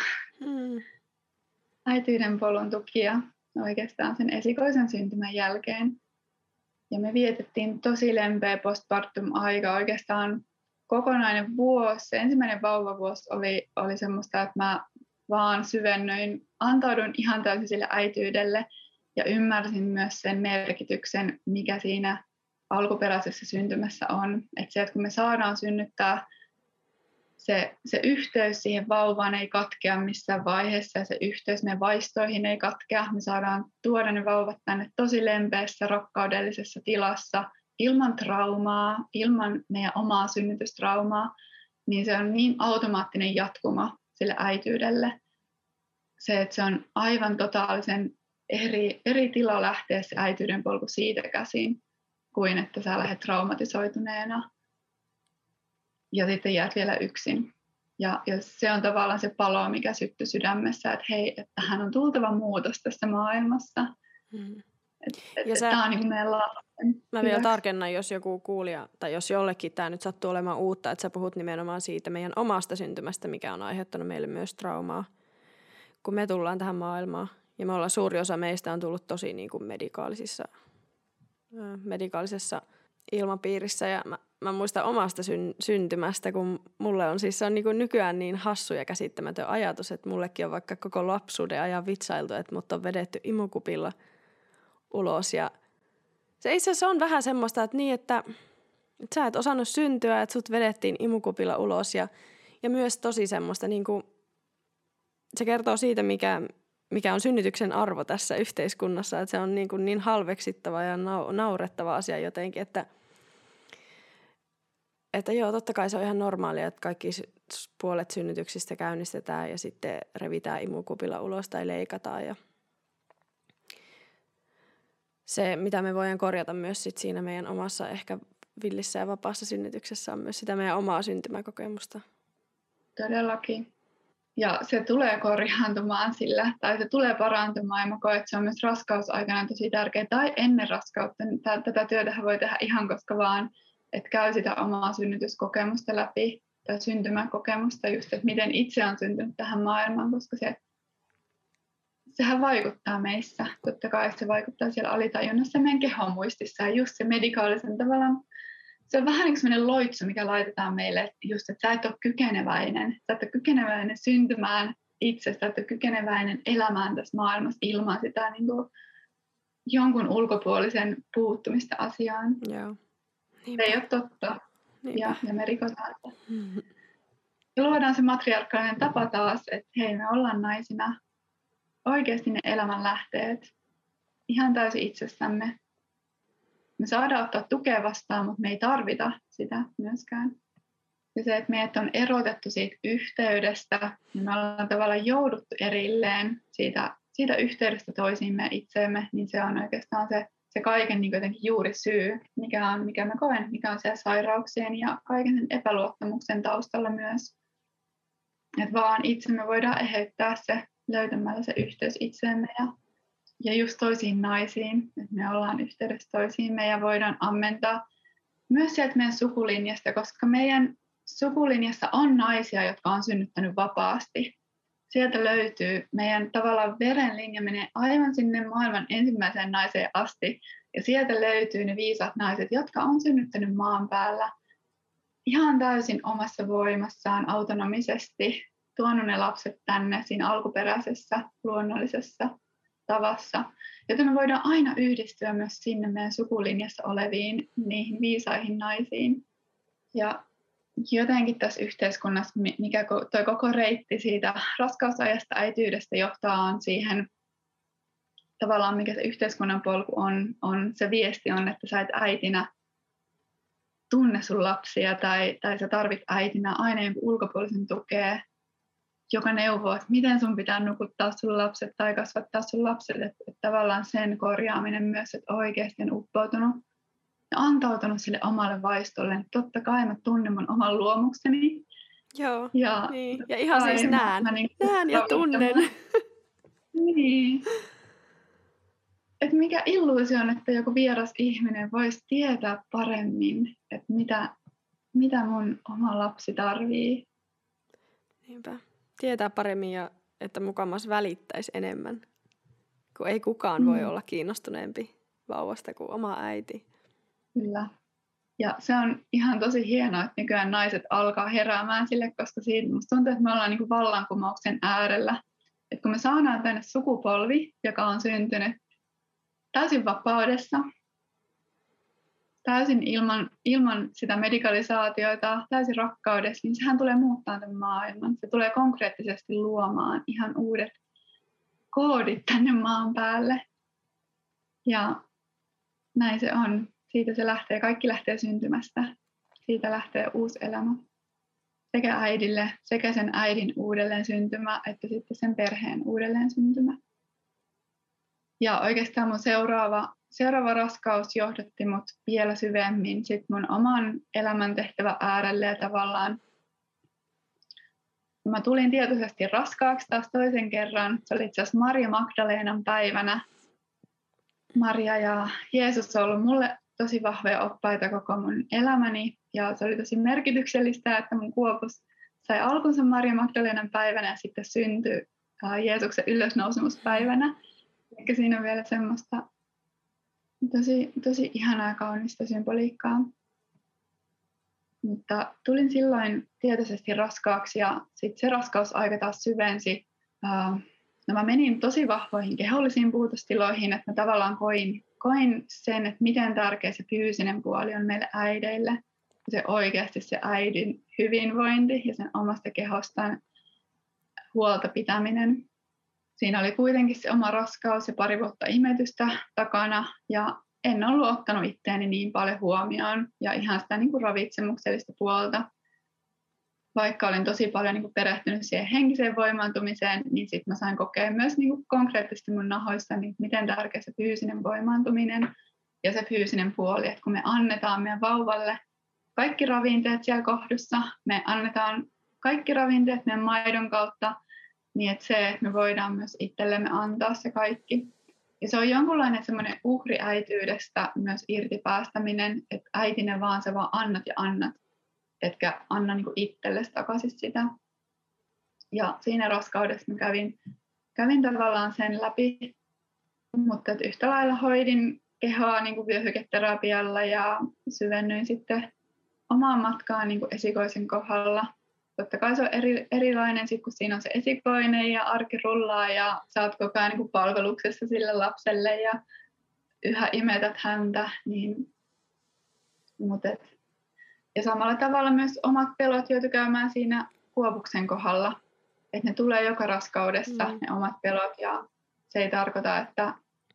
Äityyden polun tukija oikeastaan sen esikoisen syntymän jälkeen. Ja me vietettiin tosi lempeä postpartum-aika. Oikeastaan kokonainen vuosi, se ensimmäinen vauvavuosi oli semmoista, että mä vaan syvennyin, antaudun ihan täysin sille äityydelle ja ymmärsin myös sen merkityksen, mikä siinä alkuperäisessä syntymässä on. Että se, että kun me saadaan synnyttää, se yhteys siihen vauvaan ei katkea missään vaiheessa ja se yhteys meidän vaistoihin ei katkea. Me saadaan tuoda ne vauvat tänne tosi lempeässä, rakkaudellisessa tilassa, ilman traumaa, ilman meidän omaa synnytystraumaa, niin se on niin automaattinen jatkuma sille äityydelle. Se, että se on aivan totaalisen eri tila lähteä se äityyden polku siitä käsin, kuin että sä lähdet traumatisoituneena ja sitten jäät vielä yksin. Ja se on tavallaan se palo, mikä syttyi sydämessä, että hei, että tähän on tultava muutos tässä maailmassa. Tämä on niin kuin meidän lapsen. Mä vielä tarkennan, jos joku kuulija, tai jos jollekin tämä nyt sattuu olemaan uutta, että sä puhut nimenomaan siitä meidän omasta syntymästä, mikä on aiheuttanut meille myös traumaa, kun me tullaan tähän maailmaan. Ja me ollaan, suuri osa meistä on tullut tosi niin kuin medikaalisessa ilmapiirissä. Ja mä muistan omasta syntymästä, kun mulle on siis se on niin kuin nykyään niin hassu ja käsittämätön ajatus, että mullekin on vaikka koko lapsuuden ajan vitsailtu, että mut on vedetty imukupilla ulos. Ja se itse asiassa on vähän semmoista, että sä et osannut syntyä, että sut vedettiin imukupilla ulos. Ja myös tosi semmoista, niin kuin, se kertoo siitä, mikä on synnytyksen arvo tässä yhteiskunnassa, että se on niin halveksittava ja naurettava asia jotenkin, että joo, totta kai se on ihan normaalia, että kaikki puolet synnytyksistä käynnistetään ja sitten revitään imukupilla ulos tai leikataan. Ja se, mitä me voidaan korjata myös sit siinä meidän omassa ehkä villissä ja vapaassa synnytyksessä, on myös sitä meidän omaa syntymäkokemusta. Todellakin. Ja se tulee korjaantumaan sillä, tai se tulee parantumaan, ja mä koen, että se on myös raskausaikana tosi tärkeää, tai ennen raskautta. Tätä työtä voi tehdä ihan koska vaan, että käy sitä omaa synnytyskokemusta läpi, tai syntymäkokemusta just, että miten itse on syntynyt tähän maailmaan, koska sehän vaikuttaa meissä. Totta kai se vaikuttaa siellä alitajunnassa meidän kehon muistissa, ja just se medikaalisen tavallaan, se on vähän niin kuin sellainen loitsu, mikä laitetaan meille, että just, että sä et ole kykeneväinen. Sä et ole kykeneväinen syntymään itse, sä et ole kykeneväinen elämään tässä maailmassa ilman sitä niin kuin jonkun ulkopuolisen puuttumista asiaan. Joo. Se ei ole totta. Ja me rikotaan sitä. Ja luodaan se matriarkaalinen tapa taas, että hei, me ollaan naisina oikeasti ne elämän lähteet ihan täysin itsestämme. Me saadaan ottaa tukea vastaan, mutta me ei tarvita sitä myöskään. Ja se, että meidät on erotettu siitä yhteydestä, niin me ollaan tavallaan jouduttu erilleen siitä yhteydestä toisiimme itseemme, niin se on oikeastaan se kaiken niin jotenkin juuri syy, mikä mä koen, mikä on se sairauksien ja kaiken sen epäluottamuksen taustalla myös. Että vaan itsemme voidaan eheyttää se löytämällä se yhteys itseemme ja just toisiin naisiin, että me ollaan yhteydessä toisiimme ja voidaan ammentaa myös sieltä meidän sukulinjasta, koska meidän sukulinjassa on naisia, jotka on synnyttänyt vapaasti. Sieltä löytyy meidän tavallaan verenlinja menee aivan sinne maailman ensimmäiseen naiseen asti ja sieltä löytyy ne viisaat naiset, jotka on synnyttänyt maan päällä ihan täysin omassa voimassaan autonomisesti, tuonut ne lapset tänne siinä alkuperäisessä luonnollisessa tavassa, joten me voidaan aina yhdistyä myös sinne meidän sukulinjassa oleviin niihin viisaihin naisiin. Ja jotenkin tässä yhteiskunnassa, mikä toi koko reitti siitä raskausajasta äityydestä johtaa siihen tavallaan, mikä se yhteiskunnan polku on se viesti on, että sä et äitinä tunne sun lapsia tai sä tarvit äitinä aina jonkun ulkopuolisen tukea, joka neuvoo, että miten sun pitää nukuttaa sun lapset tai kasvattaa sun lapset, että tavallaan sen korjaaminen myös, että oikeasti on uppoutunut ja antautunut sille omalle vaistolle. Totta kai mä tunnen mun oman luomukseni. Joo, ja, niin. Ja ihan siis näen ja tunnen. Niin. Että mikä illuusio on, että joku vieras ihminen voisi tietää paremmin, että mitä mun oma lapsi tarvii. Niinpä. Tietää paremmin ja että mukamas välittäisi enemmän, kun ei kukaan voi olla kiinnostuneempi vauvasta kuin oma äiti. Kyllä. Ja se on ihan tosi hienoa, että nykyään naiset alkaa heräämään sille, koska siitä musta tuntuu, että me ollaan niin kuin vallankumouksen äärellä. Että kun me saadaan tänne sukupolvi, joka on syntynyt täysin vapaudessa, täysin ilman sitä medikalisaatiota, täysin rakkaudessa, niin sehän tulee muuttaa tämän maailman. Se tulee konkreettisesti luomaan ihan uudet koodit tänne maan päälle. Ja näin se on. Siitä se lähtee. Kaikki lähtee syntymästä. Siitä lähtee uusi elämä. Sekä äidille, sekä sen äidin uudelleen syntymä, että sitten sen perheen uudelleen syntymä. Ja oikeastaan mun seuraava raskaus johdatti mut vielä syvemmin sit mun oman elämäntehtävän äärelle ja tavallaan mä tulin tietoisesti raskaaksi taas toisen kerran. Se oli itse asiassa Maria Magdalenan päivänä. Maria ja Jeesus on ollut mulle tosi vahvoja oppaita koko mun elämäni ja se oli tosi merkityksellistä, että mun kuopus sai alkunsa Maria Magdalenan päivänä ja sitten syntyi Jeesuksen ylösnousemuspäivänä. Ehkä siinä on vielä semmoista tosi ihanaa kaunista symboliikkaa. Mutta tulin silloin tietoisesti raskaaksi ja sitten se raskausaika taas syvensi. Mä menin tosi vahvoihin kehollisiin puutostiloihin, että mä tavallaan koin sen, että miten tärkeä se fyysinen puoli on meille äideille. Se oikeasti se äidin hyvinvointi ja sen omasta kehostaan huolta pitäminen. Siinä oli kuitenkin se oma raskaus ja 2 vuotta imetystä takana ja en ollut ottanut itseäni niin paljon huomioon ja ihan sitä niin kuin ravitsemuksellista puolta. Vaikka olin tosi paljon niin kuin perehtynyt siihen henkiseen voimaantumiseen, niin sitten mä sain kokea myös niin kuin konkreettisesti mun nahoissani, miten tärkeä se fyysinen voimaantuminen ja se fyysinen puoli, että kun me annetaan meidän vauvalle kaikki ravinteet siellä kohdussa, me annetaan kaikki ravinteet meidän maidon kautta, Niin että se, että me voidaan myös itsellemme antaa se kaikki. Ja se on jonkunlainen semmoinen uhriäityydestä myös irtipäästäminen, että äitinä vaan sä vaan annat ja annat, etkä anna niin kuin itsellesi takaisin sitä. Ja siinä raskaudessa mä kävin tavallaan sen läpi, mutta yhtä lailla hoidin kehoa niin kuin vyöhyketerapialla ja syvennyin sitten omaan matkaan niin kuin esikoisen kohdalla. Totta kai se on erilainen, sit kun siinä on se esikoinen ja arki rullaa ja sä oot koko ajan niin kuin palveluksessa sille lapselle ja yhä imetät häntä. Niin, ja samalla tavalla myös omat pelot joutui käymään siinä Kuopuksen kohdalla. Että ne tulee joka raskaudessa, ne omat pelot. Ja se ei tarkoita, että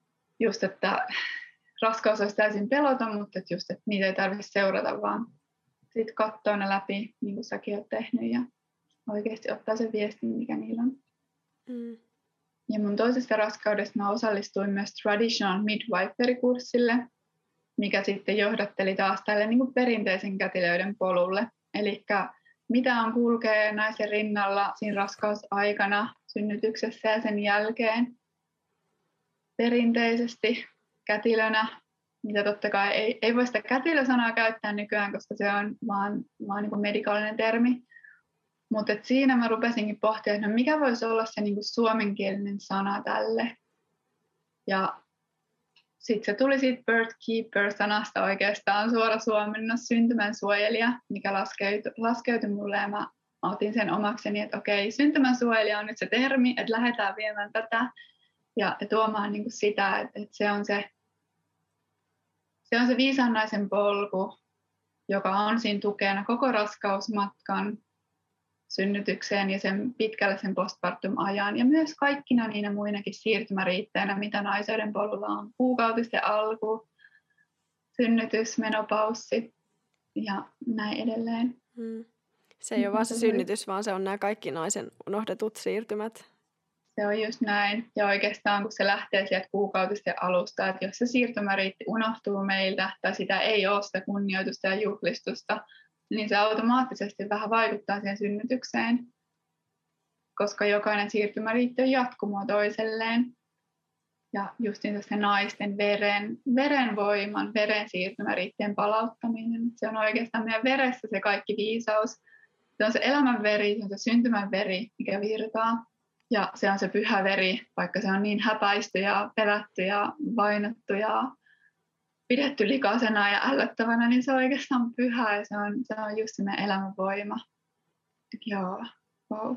raskaus olisi täysin peloton, mutta että niitä ei tarvitse seurata, vaan sitten katsoa ne läpi, niin kuin säkin olet tehnyt, ja oikeasti ottaa sen viestin, mikä niillä on. Ja mun toisessa raskaudessa mä osallistuin myös Traditional Midwifery-kurssille, mikä sitten johdatteli taas tälle niin kuin perinteisen kätilöiden polulle. Eli mitä on kulkee naisen rinnalla siinä raskausaikana, synnytyksessä ja sen jälkeen. Perinteisesti kätilönä, mitä totta kai ei voi sitä kätilösanaa käyttää nykyään, koska se on vaan niin kuin medikaalinen termi. Mutta siinä mä rupesinkin pohtia, että mikä voisi olla se niin kuin suomenkielinen sana tälle. Ja sitten se tuli siitä birth keeper-sanasta oikeastaan suora suomennos, syntymän suojelija, mikä laskeutui mulle ja mä otin sen omakseni, että okei, syntymän suojelija on nyt se termi, että lähdetään viemään tätä ja tuomaan niin kuin sitä, että se on se viisaan naisen polku, joka on siinä tukena koko raskausmatkan synnytykseen ja sen pitkälle sen postpartum-ajan ja myös kaikkina niinä muinakin siirtymäriitteinä, mitä naiseuden polulla on. Kuukautisten alku, synnytys, menopaussi ja näin edelleen. Se ei ole vaan se synnytys, vaan se on nämä kaikki naisen unohdetut siirtymät. Se on just näin. Ja oikeastaan kun se lähtee sieltä kuukautisten alusta, että jos se siirtymäriitti unohtuu meiltä tai sitä ei ole sitä kunnioitusta ja juhlistusta, niin se automaattisesti vähän vaikuttaa siihen synnytykseen, koska jokainen siirtymäriitti on jatkumoa toiselleen. Ja justiinsa se naisten verenvoiman, veren siirtymäriittien palauttaminen, se on oikeastaan meidän veressä se kaikki viisaus. Se on se elämän veri, se on se syntymän veri, mikä virtaa. Ja se on se pyhä veri, vaikka se on niin häpäisty ja pelätty ja vainottu ja pidetty likaisena ja ällöttävänä, niin se on oikeastaan pyhä ja se on just se meidän elämänvoima. Joo, wow.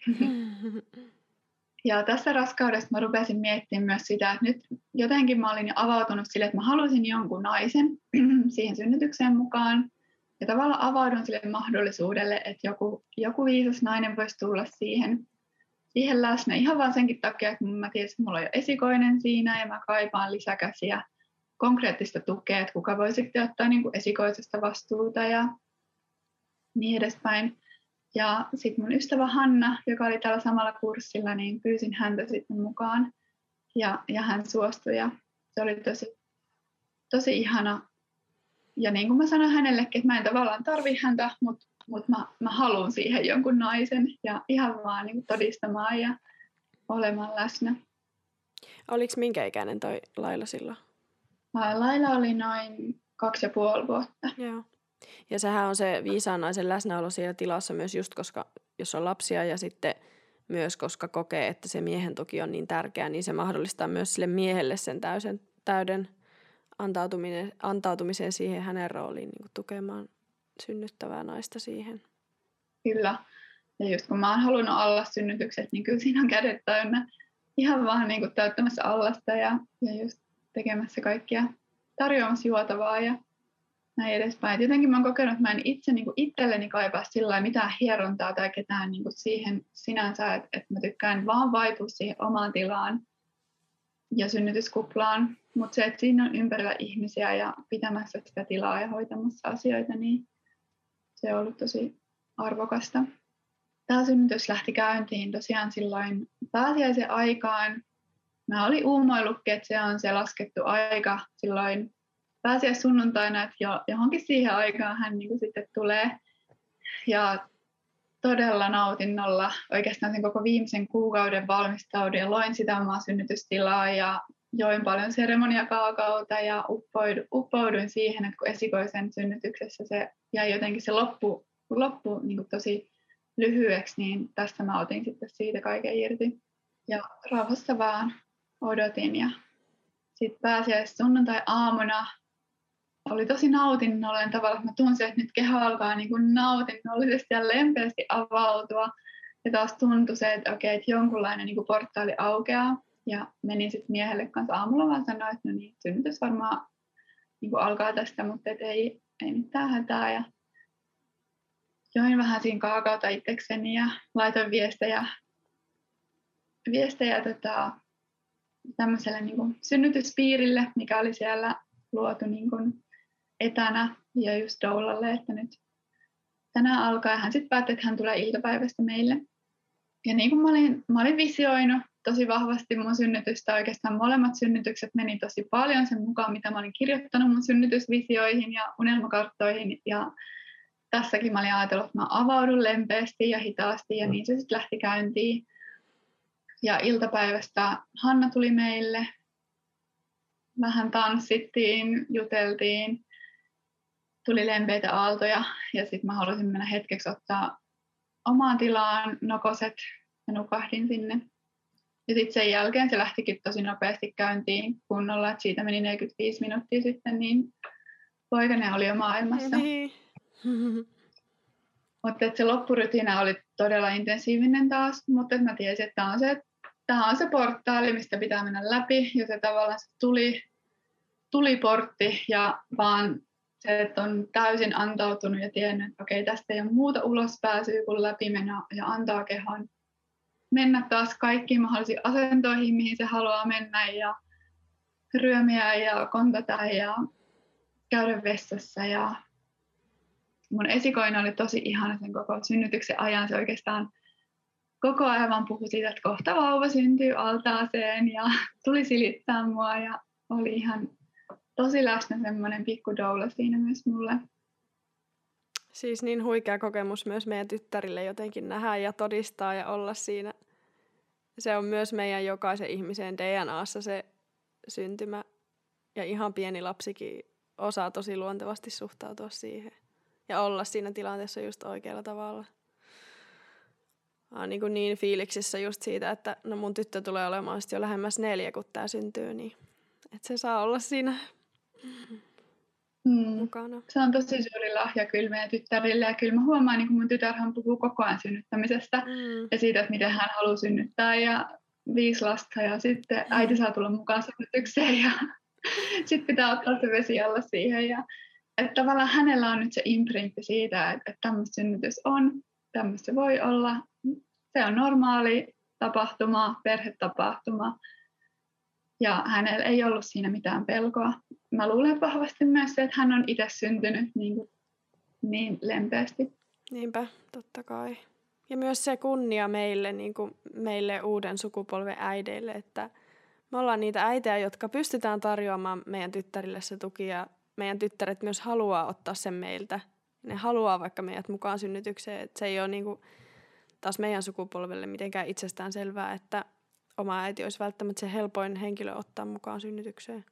Ja tässä raskaudessa mä rupesin miettimään myös sitä, että nyt jotenkin mä olin jo avautunut sille, että mä halusin jonkun naisen siihen synnytykseen mukaan. Ja tavallaan avaudun sille mahdollisuudelle, että joku viisas nainen voisi tulla siihen läsnä. Ihan vaan senkin takia, että mä tiesin, että mulla on jo esikoinen siinä ja mä kaipaan lisäkäsiä, konkreettista tukea, että kuka voi sitten ottaa niin kuin esikoisesta vastuuta ja niin edespäin. Ja sitten mun ystävä Hanna, joka oli tällä samalla kurssilla, niin pyysin häntä sitten mukaan ja hän suostui ja se oli tosi ihana. Ja niin kuin mä sanoin hänellekin, että mä en tavallaan tarvi häntä, mutta mä haluan siihen jonkun naisen ja ihan vaan niin kuin todistamaan ja olemaan läsnä. Oliko minkä ikäinen toi Laila silloin? Laila oli noin 2,5 vuotta. Joo. Ja sehän on se viisaan naisen läsnäolo siellä tilassa myös just, koska jos on lapsia ja sitten myös koska kokee, että se miehen tuki on niin tärkeä, niin se mahdollistaa myös sille miehelle sen täyden antautumisen siihen hänen rooliin niin kuin tukemaan synnyttävää naista siihen. Kyllä. Ja just kun mä oon halunnut alla synnytykset, niin kyllä siinä on kädet täynnä ihan vaan niin kuin täyttämässä allasta ja just tekemässä kaikkia, tarjoamassa juotavaa ja näin edespäin. Jotenkin mä oon kokenut, että mä en itse niin kuin itselleni kaipaa sillä mitään hierontaa tai ketään niin kuin siihen sinänsä, että mä tykkään vaan vaipua siihen omaan tilaan ja synnytyskuplaan. Mutta se, että siinä on ympärillä ihmisiä ja pitämässä sitä tilaa ja hoitamassa asioita, niin se on ollut tosi arvokasta. Tämä synnytys lähti käyntiin tosiaan silloin pääsiäisen aikaan. Mä olin uumoillutkin, että se on se laskettu aika silloin pääsiäissunnuntaina, että johonkin siihen aikaan hän niin kuin sitten tulee. Ja todella nautinnolla oikeastaan sen koko viimeisen kuukauden valmistaudun ja loin sitä omaa synnytystilaa ja join paljon seremoniakaakaota ja uppouduin siihen, että kun esikoisen synnytyksessä se jäi jotenkin se loppu niin kuin tosi lyhyeksi, niin tästä mä otin sitten siitä kaiken irti. Ja rauhassa vaan odotin ja sitten pääsiäis-sunnuntai-aamuna oli tosi nautinnollinen tavalla, että mä tunsin, että nyt keho alkaa niin kuin nautinnollisesti ja lempeästi avautua. Ja taas tuntui se, että okei, että jonkunlainen niin kuin portaali aukeaa. Ja menin sitten miehelle kanssa aamulla vaan sanoa, että no niin, synnytys varmaan niin kuin alkaa tästä, mutta ei mitään hätää. Ja join vähän siinä kaakaota itsekseni ja laitoin viestejä tämmöiselle niin kuin synnytyspiirille, mikä oli siellä luotu niin kuin etänä ja just doulalle, että nyt tänään alkaa. Ja hän sitten päätti, että hän tulee iltapäivästä meille. Ja niin kuin mä olin visioinut tosi vahvasti mun synnytystä, oikeastaan molemmat synnytykset meni tosi paljon sen mukaan, mitä mä olin kirjoittanut mun synnytysvisioihin ja unelmakarttoihin. Ja tässäkin mä olin ajatellut, että mä avaudun lempeästi ja hitaasti ja niin se sitten lähti käyntiin. Ja iltapäivästä Hanna tuli meille. Vähän tanssittiin, juteltiin, tuli lempeitä aaltoja ja sitten mä halusin mennä hetkeksi ottaa omaan tilaan nokoset ja nukahdin sinne. Ja sitten sen jälkeen se lähtikin tosi nopeasti käyntiin kunnolla, että siitä meni 45 minuuttia sitten, niin poikainen oli jo maailmassa. Mutta se loppurutiina oli todella intensiivinen taas, mutta mä tiesin, että tämä on se portaali, mistä pitää mennä läpi, ja se tavallaan se tuli portti, ja vaan se, että on täysin antautunut ja tiennyt, että okei, tästä ei ole muuta ulospääsyä kuin läpimeno, ja antaa kehon mennä taas kaikkiin mahdollisiin asentoihin, mihin se haluaa mennä, ja ryömiä ja kontata ja käydä vessassa. Ja mun esikoinen oli tosi ihana sen koko synnytyksen ajan. Se oikeastaan koko ajan vaan puhui siitä, että kohta vauva syntyy altaaseen ja tuli silittää mua ja oli ihan tosi läsnä semmoinen pikku doula siinä myös mulle. Siis niin huikea kokemus myös meidän tyttärille jotenkin nähdä ja todistaa ja olla siinä. Se on myös meidän jokaisen ihmisen DNAssa se syntymä. Ja ihan pieni lapsikin osaa tosi luontevasti suhtautua siihen. Ja olla siinä tilanteessa just oikealla tavalla. Olen niin fiiliksissä just siitä, että no mun tyttö tulee olemaan jo lähemmäs 4, kun tää syntyy. Niin että se saa olla siinä mukana. Se on tosi suuri lahja kyllä meidän tyttärille. Ja kyllä mä huomaan, niin kun mun tytärhän puhuu koko ajan synnyttämisestä. Ja siitä, että miten hän haluaa synnyttää. Ja 5 lasta ja sitten äiti saa tulla mukaan synnytykseen. Ja sitten pitää ottaa se vesi alla siihen. Ja että tavallaan hänellä on nyt se imprintti siitä, että tämmöistä synnytys on. Tämmöistä se voi olla. Se on normaali tapahtuma, perhetapahtuma. Ja hänellä ei ollut siinä mitään pelkoa. Mä luulen vahvasti myös se, että hän on itse syntynyt niin lempeästi. Niinpä, totta kai. Ja myös se kunnia meille, niin kuin meille uuden sukupolven äideille, että me ollaan niitä äitejä, jotka pystytään tarjoamaan meidän tyttärille se tuki. Ja meidän tyttäret myös haluaa ottaa sen meiltä. Ne haluaa vaikka meidät mukaan synnytykseen. Että se ei ole niin kuin taas meidän sukupolvelle mitenkään itsestään selvää, että oma äiti olisi välttämättä se helpoin henkilö ottaa mukaan synnytykseen.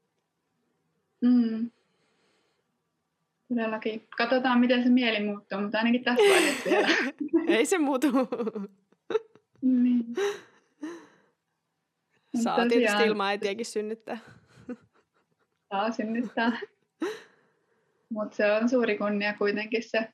Todellakin. Katsotaan, miten se mieli muuttuu, mutta ainakin tässä vaiheessa vielä. Ei se muutu. Niin. Saa tietysti ilman äitiäkin synnyttää. Saa synnyttää. Mutta se on suuri kunnia kuitenkin se,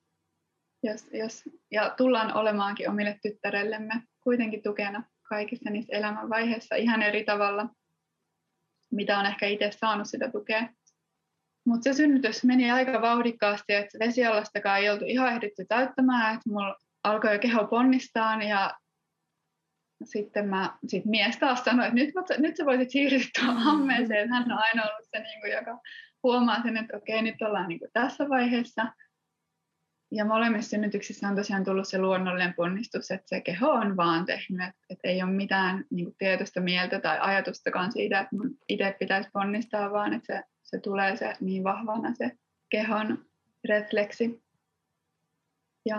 ja tullaan olemaankin omille tyttärellemme kuitenkin tukena kaikissa niissä elämänvaiheissa ihan eri tavalla, mitä on ehkä itse saanut sitä tukea. Mutta se synnytys meni aika vauhdikkaasti, että vesiallastakaan ei oltu ihan ehditty täyttämään, että mulla alkoi jo keho ponnistaa ja sitten mies taas sanoi, että nyt sä voisit siirtyä ammeeseen, että hän on aina ollut se, joka huomaa sen, että okei, nyt ollaan tässä vaiheessa. Ja molemmissa synnytyksissä on tosiaan tullut se luonnollinen ponnistus, että se keho on vaan tehnyt, että ei ole mitään tietoista mieltä tai ajatustakaan siitä, että mun itse pitäisi ponnistaa, vaan että se tulee se niin vahvana se kehon refleksi. Ja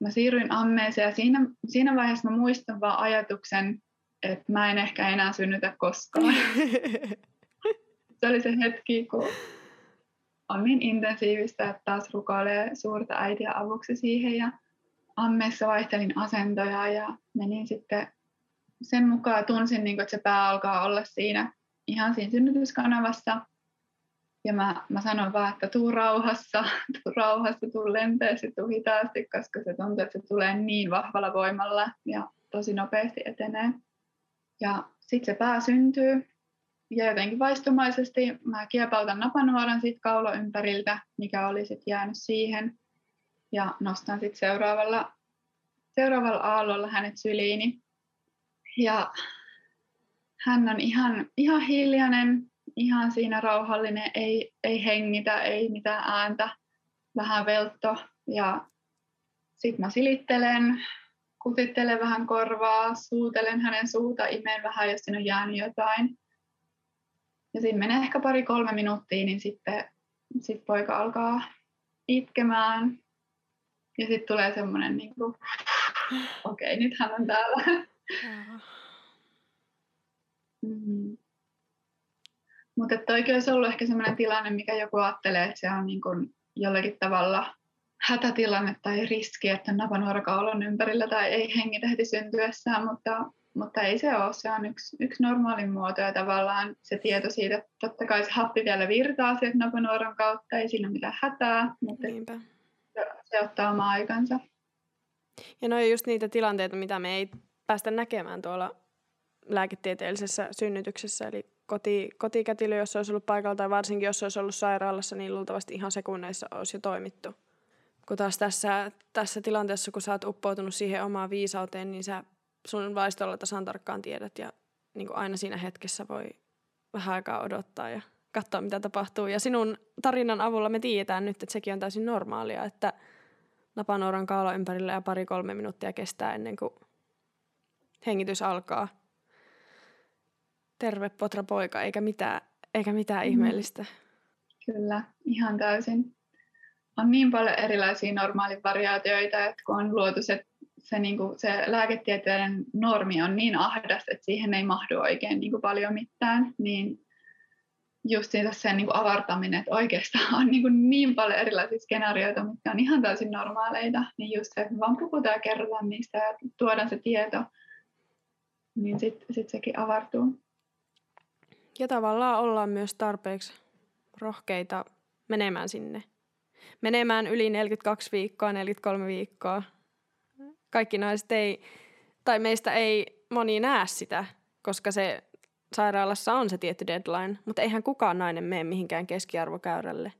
mä siirryin ammeeseen ja siinä vaiheessa mä muistan vaan ajatuksen, että mä en ehkä enää synnytä koskaan. Se oli se hetki, kun on niin intensiivistä, että taas rukoilee suurta äitiä avuksi siihen ja ammeessa vaihtelin asentoja ja menin sitten sen mukaan tunsin, että se pää alkaa olla siinä ihan siinä synnytyskanavassa. Ja mä sanoin vaan, että tuu rauhassa, tuu lempeästi, tuu hitaasti, koska se tuntuu, että se tulee niin vahvalla voimalla ja tosi nopeasti etenee. Ja sitten se pää syntyy ja jotenkin vaistomaisesti mä kiepautan napanuoran siitä kaulo ympäriltä, mikä oli sitten jäänyt siihen. Ja nostan sitten seuraavalla aallolla hänet syliini. Ja hän on ihan hiljainen, ihan siinä rauhallinen, ei hengitä, ei mitään ääntä, vähän veltto. Ja sitten mä silittelen, kutittelen vähän korvaa, suutelen hänen suuta, imeen vähän, jos siinä on jäänyt jotain. Ja siinä menee ehkä 2-3 minuuttia, niin sitten poika alkaa itkemään. Ja sitten tulee semmoinen, niin kuin, okei, nyt hän on täällä. Mm-hmm. Mutta toikin olisi ollut ehkä semmoinen tilanne, mikä joku ajattelee, että se on niin kuin jollakin tavalla hätätilanne tai riski, että on napanuora kaulon ympärillä tai ei hengitä heti syntyessään, mutta ei se ole. Se on yksi normaali muoto ja tavallaan se tieto siitä, että totta kai se happi vielä virtaa sieltä napanuoran kautta, ei siinä ole mitään hätää, mutta se ottaa oma aikansa. Ja ne on just niitä tilanteita, mitä me ei päästä näkemään tuolla lääketieteellisessä synnytyksessä, eli kotikätilö, jos olisi ollut paikalla tai varsinkin jos olisi ollut sairaalassa, niin luultavasti ihan sekunneissa olisi jo toimittu. Kun taas tässä tilanteessa, kun sä oot uppoutunut siihen omaan viisauteen, niin sä sun vaistolla tasan tarkkaan tiedät ja niin kuin aina siinä hetkessä voi vähän aikaa odottaa ja katsoa, mitä tapahtuu. Ja sinun tarinan avulla me tiedetään nyt, että sekin on täysin normaalia, että napanuoran kaula ympärillä ja 2-3 minuuttia kestää ennen kuin hengitys alkaa. Terve potra poika, eikä mitään ihmeellistä. Kyllä, ihan täysin. On niin paljon erilaisia normaalivariaatioita, että kun on luotu se lääketieteellinen normi on niin ahdas, että siihen ei mahdu oikein niin kuin paljon mitään, niin just se niin kuin avartaminen, että oikeastaan on niin paljon erilaisia skenaarioita, mitkä on ihan täysin normaaleita, niin just se, että vaan puhutaan ja kerrotaan niistä ja tuodaan se tieto, niin sit sekin avartuu. Ja tavallaan ollaan myös tarpeeksi rohkeita menemään sinne. Menemään yli 42 viikkoa, 43 viikkoa. Kaikki naiset tai meistä ei moni näe sitä, koska se sairaalassa on se tietty deadline, mutta eihän kukaan nainen mene mihinkään keskiarvokäyrälle.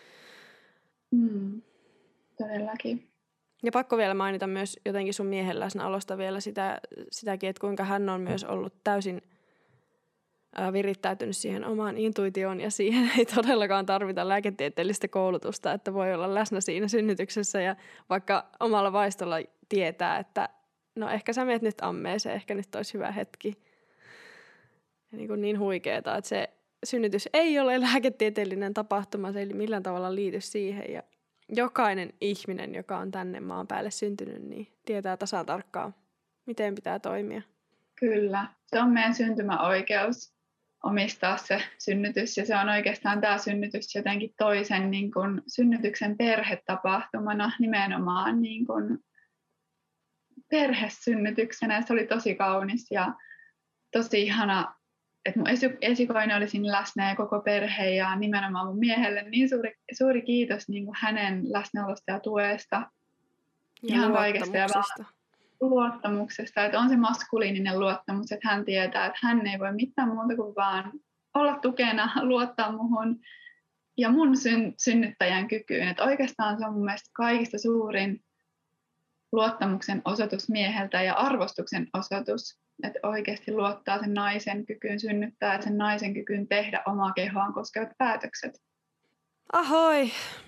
Todellakin. Ja pakko vielä mainita myös jotenkin sun miehen läsnäolosta vielä sitäkin, että kuinka hän on myös ollut täysin virittäytynyt siihen omaan intuitioon ja siihen ei todellakaan tarvita lääketieteellistä koulutusta, että voi olla läsnä siinä synnytyksessä ja vaikka omalla vaistolla tietää, että no ehkä sä menet nyt ammeeseen, ehkä nyt olisi hyvä hetki. Ja niin huikeeta, että se synnytys ei ole lääketieteellinen tapahtuma, se ei millään tavalla liity siihen ja jokainen ihminen, joka on tänne maan päälle syntynyt, niin tietää tasan tarkkaan, miten pitää toimia. Kyllä, se on meidän syntymäoikeus omistaa se synnytys ja se on oikeastaan tämä synnytys jotenkin toisen niin kuin synnytyksen perhetapahtumana nimenomaan niin kuin perhesynnytyksenä. Se oli tosi kaunis ja tosi ihana, että mun esikoinen oli siinä läsnä ja koko perhe ja nimenomaan mun miehelle niin suuri kiitos niin kuin hänen läsnäolosta ja tuesta. Ja ihan kaikesta ja luottamuksesta, että on se maskuliininen luottamus, että hän tietää, että hän ei voi mitään muuta kuin vaan olla tukena, luottaa muhun ja mun synnyttäjän kykyyn. Että oikeastaan se on mun mielestä kaikista suurin luottamuksen osoitus mieheltä ja arvostuksen osoitus, että oikeasti luottaa sen naisen kykyyn synnyttää ja sen naisen kykyyn tehdä omaa kehoaan koskevat päätökset. Ahoi!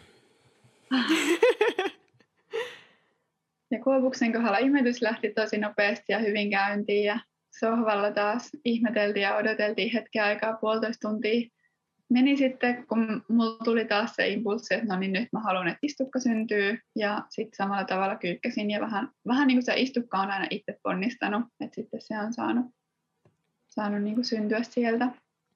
Ja Kuopuksen kohdalla ihmetys lähti tosi nopeasti ja hyvin käyntiin ja sohvalla taas ihmeteltiin ja odoteltiin hetken aikaa 1,5 tuntia meni sitten, kun mulla tuli taas se impulssi, että no niin nyt mä haluan, että istukka syntyy. Ja sitten samalla tavalla kyykkäsin ja vähän niin kuin se istukka on aina itse ponnistanut, että sitten se on saanut niin kuin syntyä sieltä.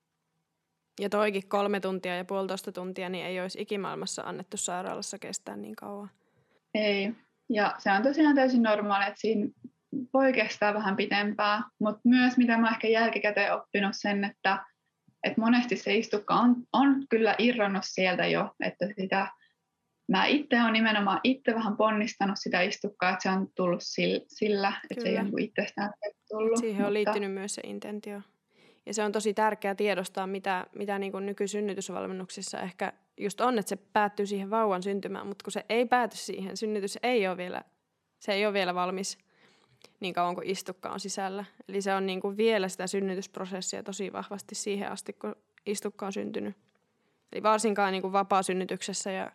Ja toikin 3 tuntia ja 1,5 tuntia, niin ei olisi ikimaailmassa annettu sairaalassa kestää niin kauan. Ei. Ja se on tosiaan täysin normaali, että siinä voi kestää vähän pitempää. Mutta myös mitä mä ehkä jälkikäteen oppinut sen, että monesti se istukka on kyllä irronnut sieltä jo. Että mä itse olen nimenomaan vähän ponnistanut sitä istukkaa, että se on tullut sillä, että se ei ole itsestään tullut. Siihen on liittynyt myös se intentio. Ja se on tosi tärkeää tiedostaa, mitä niin kuin nykysynnytysvalmennuksissa ehkä just on, että se päättyy siihen vauvan syntymään, mutta kun se ei pääty siihen, synnytys ei ole vielä valmis niin kauan kuin istukka on sisällä. Eli se on niin kuin vielä sitä synnytysprosessia tosi vahvasti siihen asti, kun istukka on syntynyt. Eli varsinkaan niin kuin vapaasynnytyksessä ja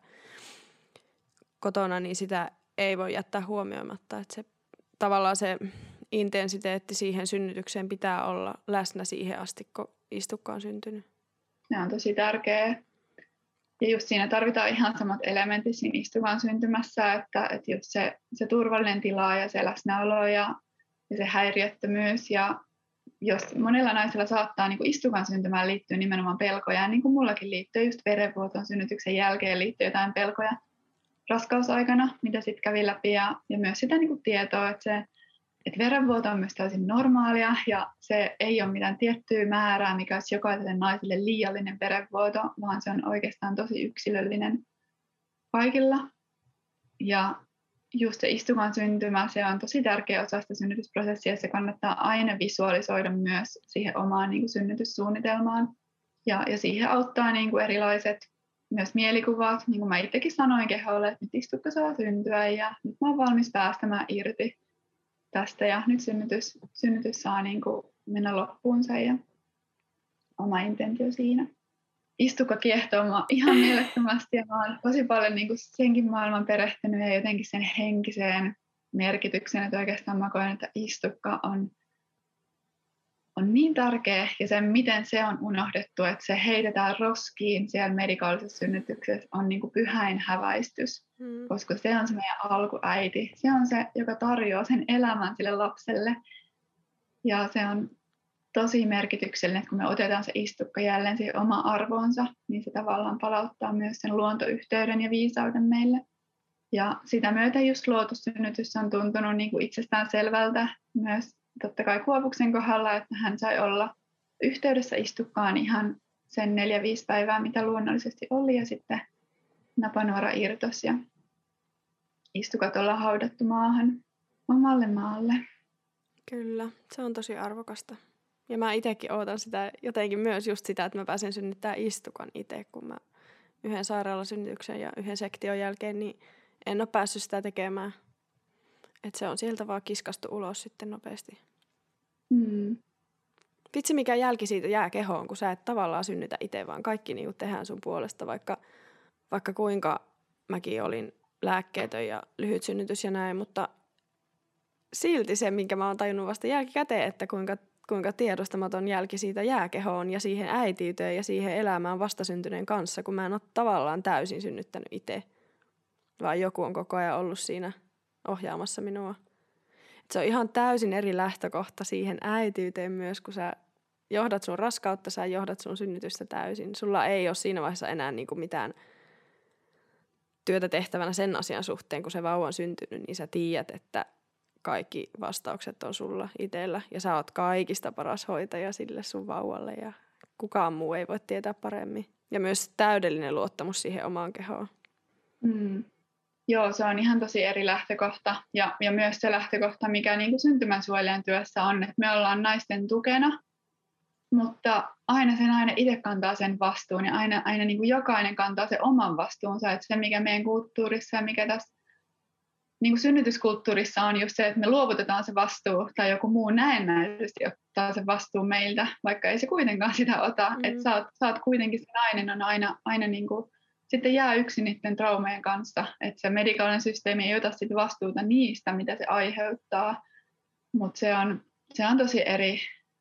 kotona, niin sitä ei voi jättää huomioimatta, että se tavallaan se intensiteetti siihen synnytykseen pitää olla läsnä siihen asti, kun istukka on syntynyt. Se on tosi tärkeää. Ja just siinä tarvitaan ihan samat elementit siinä istukan syntymässä, että just se turvallinen tila ja se läsnäolo ja se häiriöttömyys. Ja jos monella naisella saattaa niin kuin istukan syntymään liittyä nimenomaan pelkoja, niin kuin mullakin liittyy just verenvuoton synnytyksen jälkeen liittyy jotain pelkoja raskausaikana, mitä sitten kävi läpi. Ja myös sitä niin kuin tietoa, että verenvuoto on myös täysin normaalia ja se ei ole mitään tiettyä määrää, mikä olisi jokaiselle naiselle liiallinen verenvuoto, vaan se on oikeastaan tosi yksilöllinen kaikilla. Ja just se istukan syntymä, se on tosi tärkeä osa sitä synnytysprosessia. Se kannattaa aina visualisoida myös siihen omaan niin kuin synnytyssuunnitelmaan. Ja siihen auttaa niin kuin erilaiset myös mielikuvat. Niin kuin mä itsekin sanoin keholle, että nyt istukka saa syntyä ja nyt mä oon valmis päästämään irti tästä ja nyt synnytys saa niin kuin mennä loppuunsa ja oma intentio siinä. Istukka kiehtoo mua ihan mielettömästi ja mä oon tosi paljon niin kuin senkin maailman perehtynyt ja jotenkin sen henkiseen merkitykseen, että oikeastaan mä koen, että istukka on niin tärkeä ja se, miten se on unohdettu, että se heitetään roskiin siellä medikaalisessa synnytyksessä on niin kuin pyhäin häväistys, koska se on se meidän alkuäiti. Se on se, joka tarjoaa sen elämän sille lapselle ja se on tosi merkityksellinen, että kun me otetaan se istukka jälleen siihen oma arvoonsa, niin se tavallaan palauttaa myös sen luontoyhteyden ja viisauden meille. Ja sitä myöten just luotussynnytys on tuntunut niin kuin itsestään selvältä myös totta kai Kuopuksen kohdalla, että hän sai olla yhteydessä istukkaan ihan sen 4-5 päivää, mitä luonnollisesti oli, ja sitten napanuora irtos ja istukat ollaan haudattu maahan omalle maalle. Kyllä, se on tosi arvokasta. Ja mä itsekin ootan sitä jotenkin myös just sitä, että mä pääsen synnyttämään istukan itse, kun mä yhden sairaalasynnytyksen ja yhden sektion jälkeen, niin en ole päässyt sitä tekemään. Että se on sieltä vaan kiskastu ulos sitten nopeasti. Vitsi, mikä jälki siitä jää kehoon, kun sä et tavallaan synnytä itse, vaan kaikki niin tehdään sun puolesta, vaikka kuinka mäkin olin lääkkeetön ja lyhyt synnytys ja näin, mutta silti se, minkä mä oon tajunnut vasta jälkikäteen, että kuinka tiedostamaton jälki siitä jää kehoon ja siihen äitiyteen ja siihen elämään vastasyntyneen kanssa, kun mä en ole tavallaan täysin synnyttänyt itse, vaan joku on koko ajan ollut siinä ohjaamassa minua. Et se on ihan täysin eri lähtökohta siihen äitiyteen myös, kun sä johdat sun raskautta, sä johdat sun synnytystä täysin. Sulla ei ole siinä vaiheessa enää niinku mitään työtä tehtävänä sen asian suhteen, kun se vauva on syntynyt, niin sä tiedät, että kaikki vastaukset on sulla itsellä ja sä oot kaikista paras hoitaja sille sun vauvalle ja kukaan muu ei voi tietää paremmin. Ja myös täydellinen luottamus siihen omaan kehoon. Joo, se on ihan tosi eri lähtökohta ja myös se lähtökohta, mikä niin kuin syntymän suojelijan työssä on, että me ollaan naisten tukena, mutta aina se nainen itse kantaa sen vastuun ja aina niin kuin jokainen kantaa sen oman vastuunsa, että se mikä meidän kulttuurissa ja mikä tässä niin kuin synnytyskulttuurissa on just se, että me luovutetaan se vastuu tai joku muu näennäisesti ottaa sen vastuun meiltä, vaikka ei se kuitenkaan sitä ota, että sä oot kuitenkin se nainen on aina niin kuin sitten jää yksin niiden traumejen kanssa, että se medikaalinen systeemi ei ota sitten vastuuta niistä, mitä se aiheuttaa, mutta se on tosi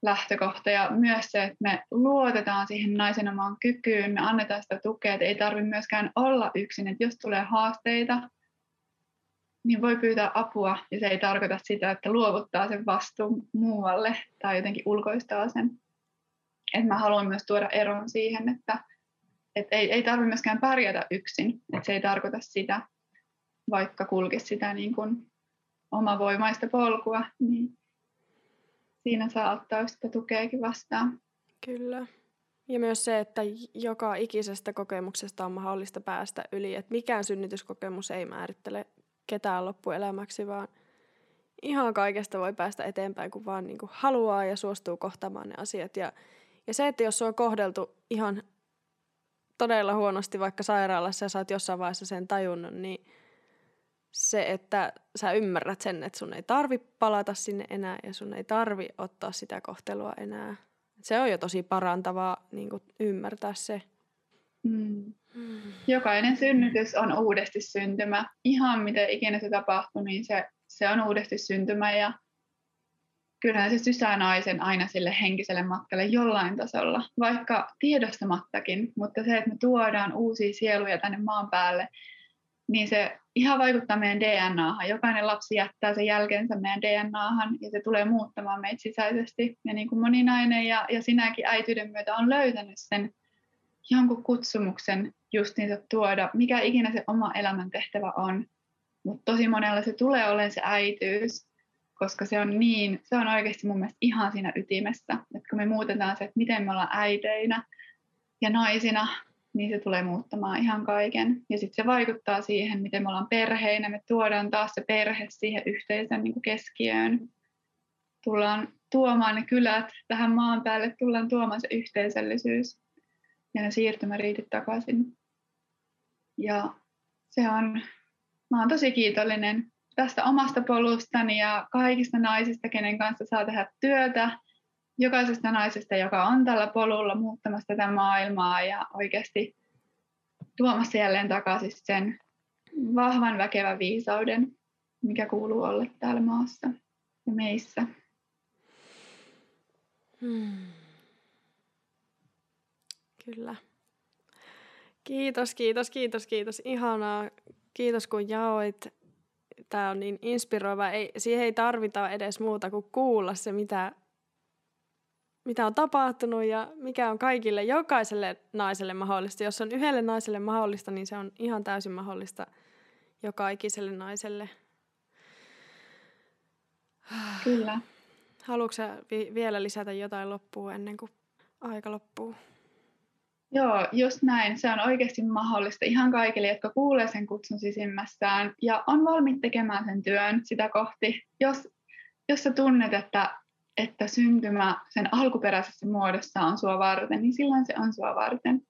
lähtökohta ja myös se, että me luotetaan siihen naisen omaan kykyyn, me annetaan sitä tukea, että ei tarvitse myöskään olla yksin, että jos tulee haasteita, niin voi pyytää apua ja se ei tarkoita sitä, että luovuttaa sen vastuun muualle tai jotenkin ulkoistaa sen. Et mä haluan myös tuoda eron siihen, että ei tarvitse myöskään pärjätä yksin, että se ei tarkoita sitä, vaikka kulkisi sitä niin kuin omavoimaista polkua, niin siinä saa ottaa sitä tukeakin vastaan. Kyllä. Ja myös se, että joka ikisestä kokemuksesta on mahdollista päästä yli, että mikään synnytyskokemus ei määrittele ketään loppuelämäksi, vaan ihan kaikesta voi päästä eteenpäin, kun vaan niin kuin haluaa ja suostuu kohtaamaan ne asiat. Ja se, että jos sua on kohdeltu ihan todella huonosti vaikka sairaalassa ja sä oot jossain vaiheessa sen tajunnut, niin se, että sä ymmärrät sen, että sun ei tarvi palata sinne enää ja sun ei tarvi ottaa sitä kohtelua enää. Se on jo tosi parantavaa niin kuin ymmärtää se. Jokainen synnytys on uudesti syntymä. Ihan miten ikinä se tapahtuu, niin se on uudesti syntymä. Ja kyllähän se sysää naisen aina sille henkiselle matkalle jollain tasolla, vaikka tiedostamattakin. Mutta se, että me tuodaan uusia sieluja tänne maan päälle, niin se ihan vaikuttaa meidän DNAhan. Jokainen lapsi jättää sen jälkeensä meidän DNAhan ja se tulee muuttamaan meitä sisäisesti. Ja niin kuin moni nainen ja sinäkin äityyden myötä on löytänyt sen jonkun kutsumuksen justiinsa tuoda, mikä ikinä se oma elämäntehtävä on. Mutta tosi monella se tulee olemaan se äityys, koska se on oikeasti mun mielestä ihan siinä ytimessä. Että kun me muutetaan se, että miten me ollaan äiteinä ja naisina, niin se tulee muuttamaan ihan kaiken. Ja sitten se vaikuttaa siihen, miten me ollaan perheinä. Me tuodaan taas se perhe siihen yhteisön niin kuin keskiöön. Tullaan tuomaan ne kylät tähän maan päälle, tullaan tuomaan se yhteisöllisyys ja ne siirtymäriitit takaisin. Ja mä oon tosi kiitollinen tästä omasta polustani ja kaikista naisista, kenen kanssa saa tehdä työtä. Jokaisesta naisesta, joka on tällä polulla muuttamassa tätä maailmaa ja oikeasti tuomassa jälleen takaisin sen vahvan väkevän viisauden, mikä kuuluu olla täällä maassa ja meissä. Kyllä. Kiitos. Ihanaa. Kiitos kun jaoit. Tämä on niin inspiroiva. Siihen ei tarvita edes muuta kuin kuulla se, mitä on tapahtunut ja mikä on kaikille, jokaiselle naiselle mahdollista. Jos on yhdelle naiselle mahdollista, niin se on ihan täysin mahdollista joka ikiselle naiselle. Kyllä. Haluatko sä vielä lisätä jotain loppuun ennen kuin aika loppuu? Joo, just näin. Se on oikeasti mahdollista ihan kaikille, jotka kuulee sen kutsun sisimmässään ja on valmiit tekemään sen työn sitä kohti. Jos sä tunnet, että syntymä sen alkuperäisessä muodossa on sua varten, niin silloin se on sua varten.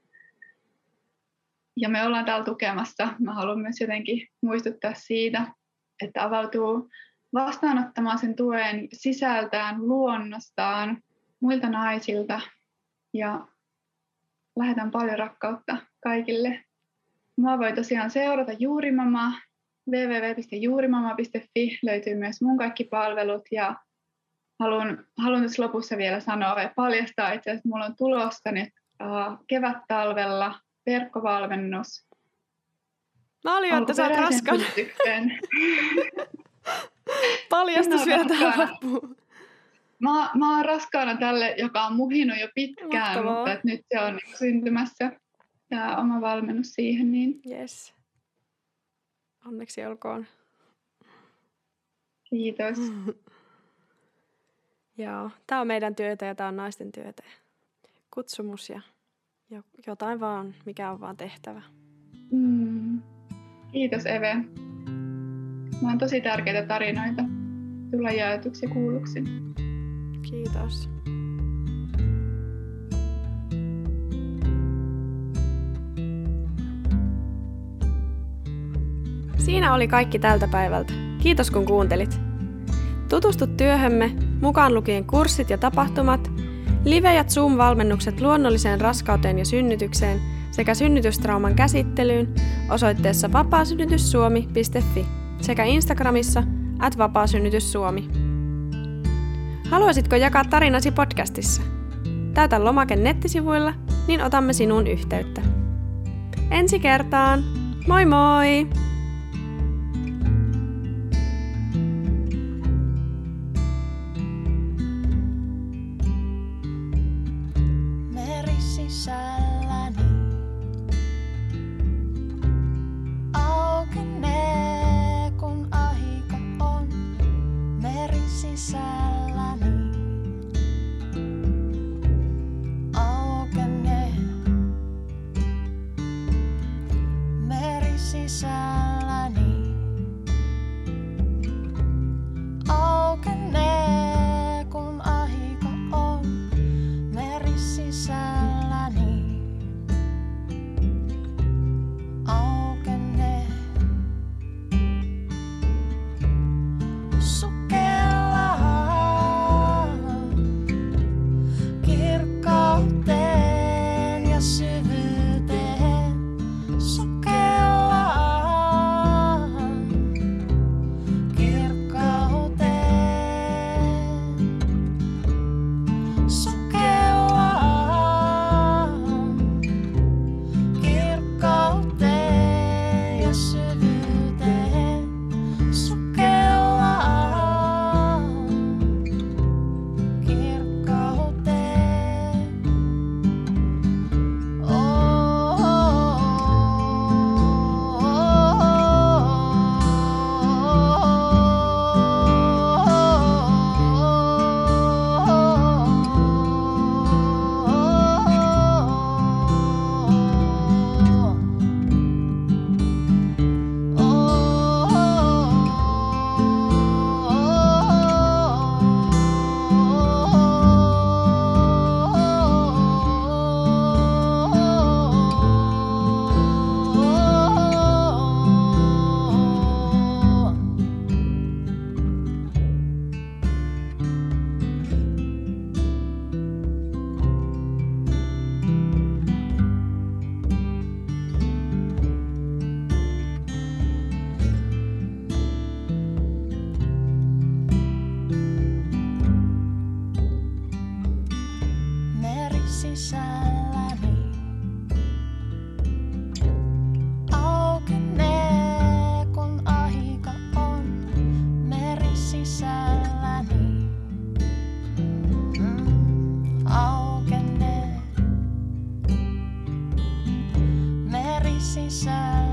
Ja me ollaan täällä tukemassa. Mä haluan myös jotenkin muistuttaa siitä, että avautuu vastaanottamaan sen tuen sisältään, luonnostaan, muilta naisilta ja lähetän paljon rakkautta kaikille. Mua voi tosiaan seurata Juurimama. www.juurimama.fi löytyy myös mun kaikki palvelut ja haluan tässä lopussa vielä sanoa ja paljastaa itse asiassa, että mulla on tulossa nyt kevät-talvella verkkovalmennus. Mä olin jo, että sä oot raskaana. Paljastus vielä tähän loppuun. Mä oon raskaana tälle, joka on muhinut jo pitkään, mahtavaa. Mutta nyt se on syntymässä tämä oma valmennus siihen. Niin. Yes. Onneksi olkoon. Kiitos. Joo, tämä on meidän työtä ja tämä on naisten työtä. Kutsumus ja jotain vaan, mikä on vaan tehtävä. Kiitos Eve. Nämä on tosi tärkeitä tarinoita tulla jaetuksi ja kuulluksi. Kiitos. Siinä oli kaikki tältä päivältä. Kiitos kun kuuntelit. Tutustu työhömme, mukaan lukien kurssit ja tapahtumat, live- ja Zoom-valmennukset luonnolliseen raskauteen ja synnytykseen sekä synnytystrauman käsittelyyn osoitteessa vapaasynnytyssuomi.fi sekä Instagramissa @vapaasynnytyssuomi. Haluaisitko jakaa tarinasi podcastissa? Täytä lomake nettisivuilla, niin otamme sinuun yhteyttä. Ensi kertaan! Moi moi! Meri sisälläni aukenee, kun aika on. Meri sisälläni aukenee. Meri sisälläni aukenee, kun aika on. Meri sisälläni aukenee. Sukellaan kirkkauteen ja syvyyteen. Sukellaan kirkkauteen. Sukellaan kirkkauteen ja syvyyteen. Sukellaan kirkkauteen. Meri sisälläni aukenee, kun aika on. Meri sisälläni aukenee. Meri sisälläni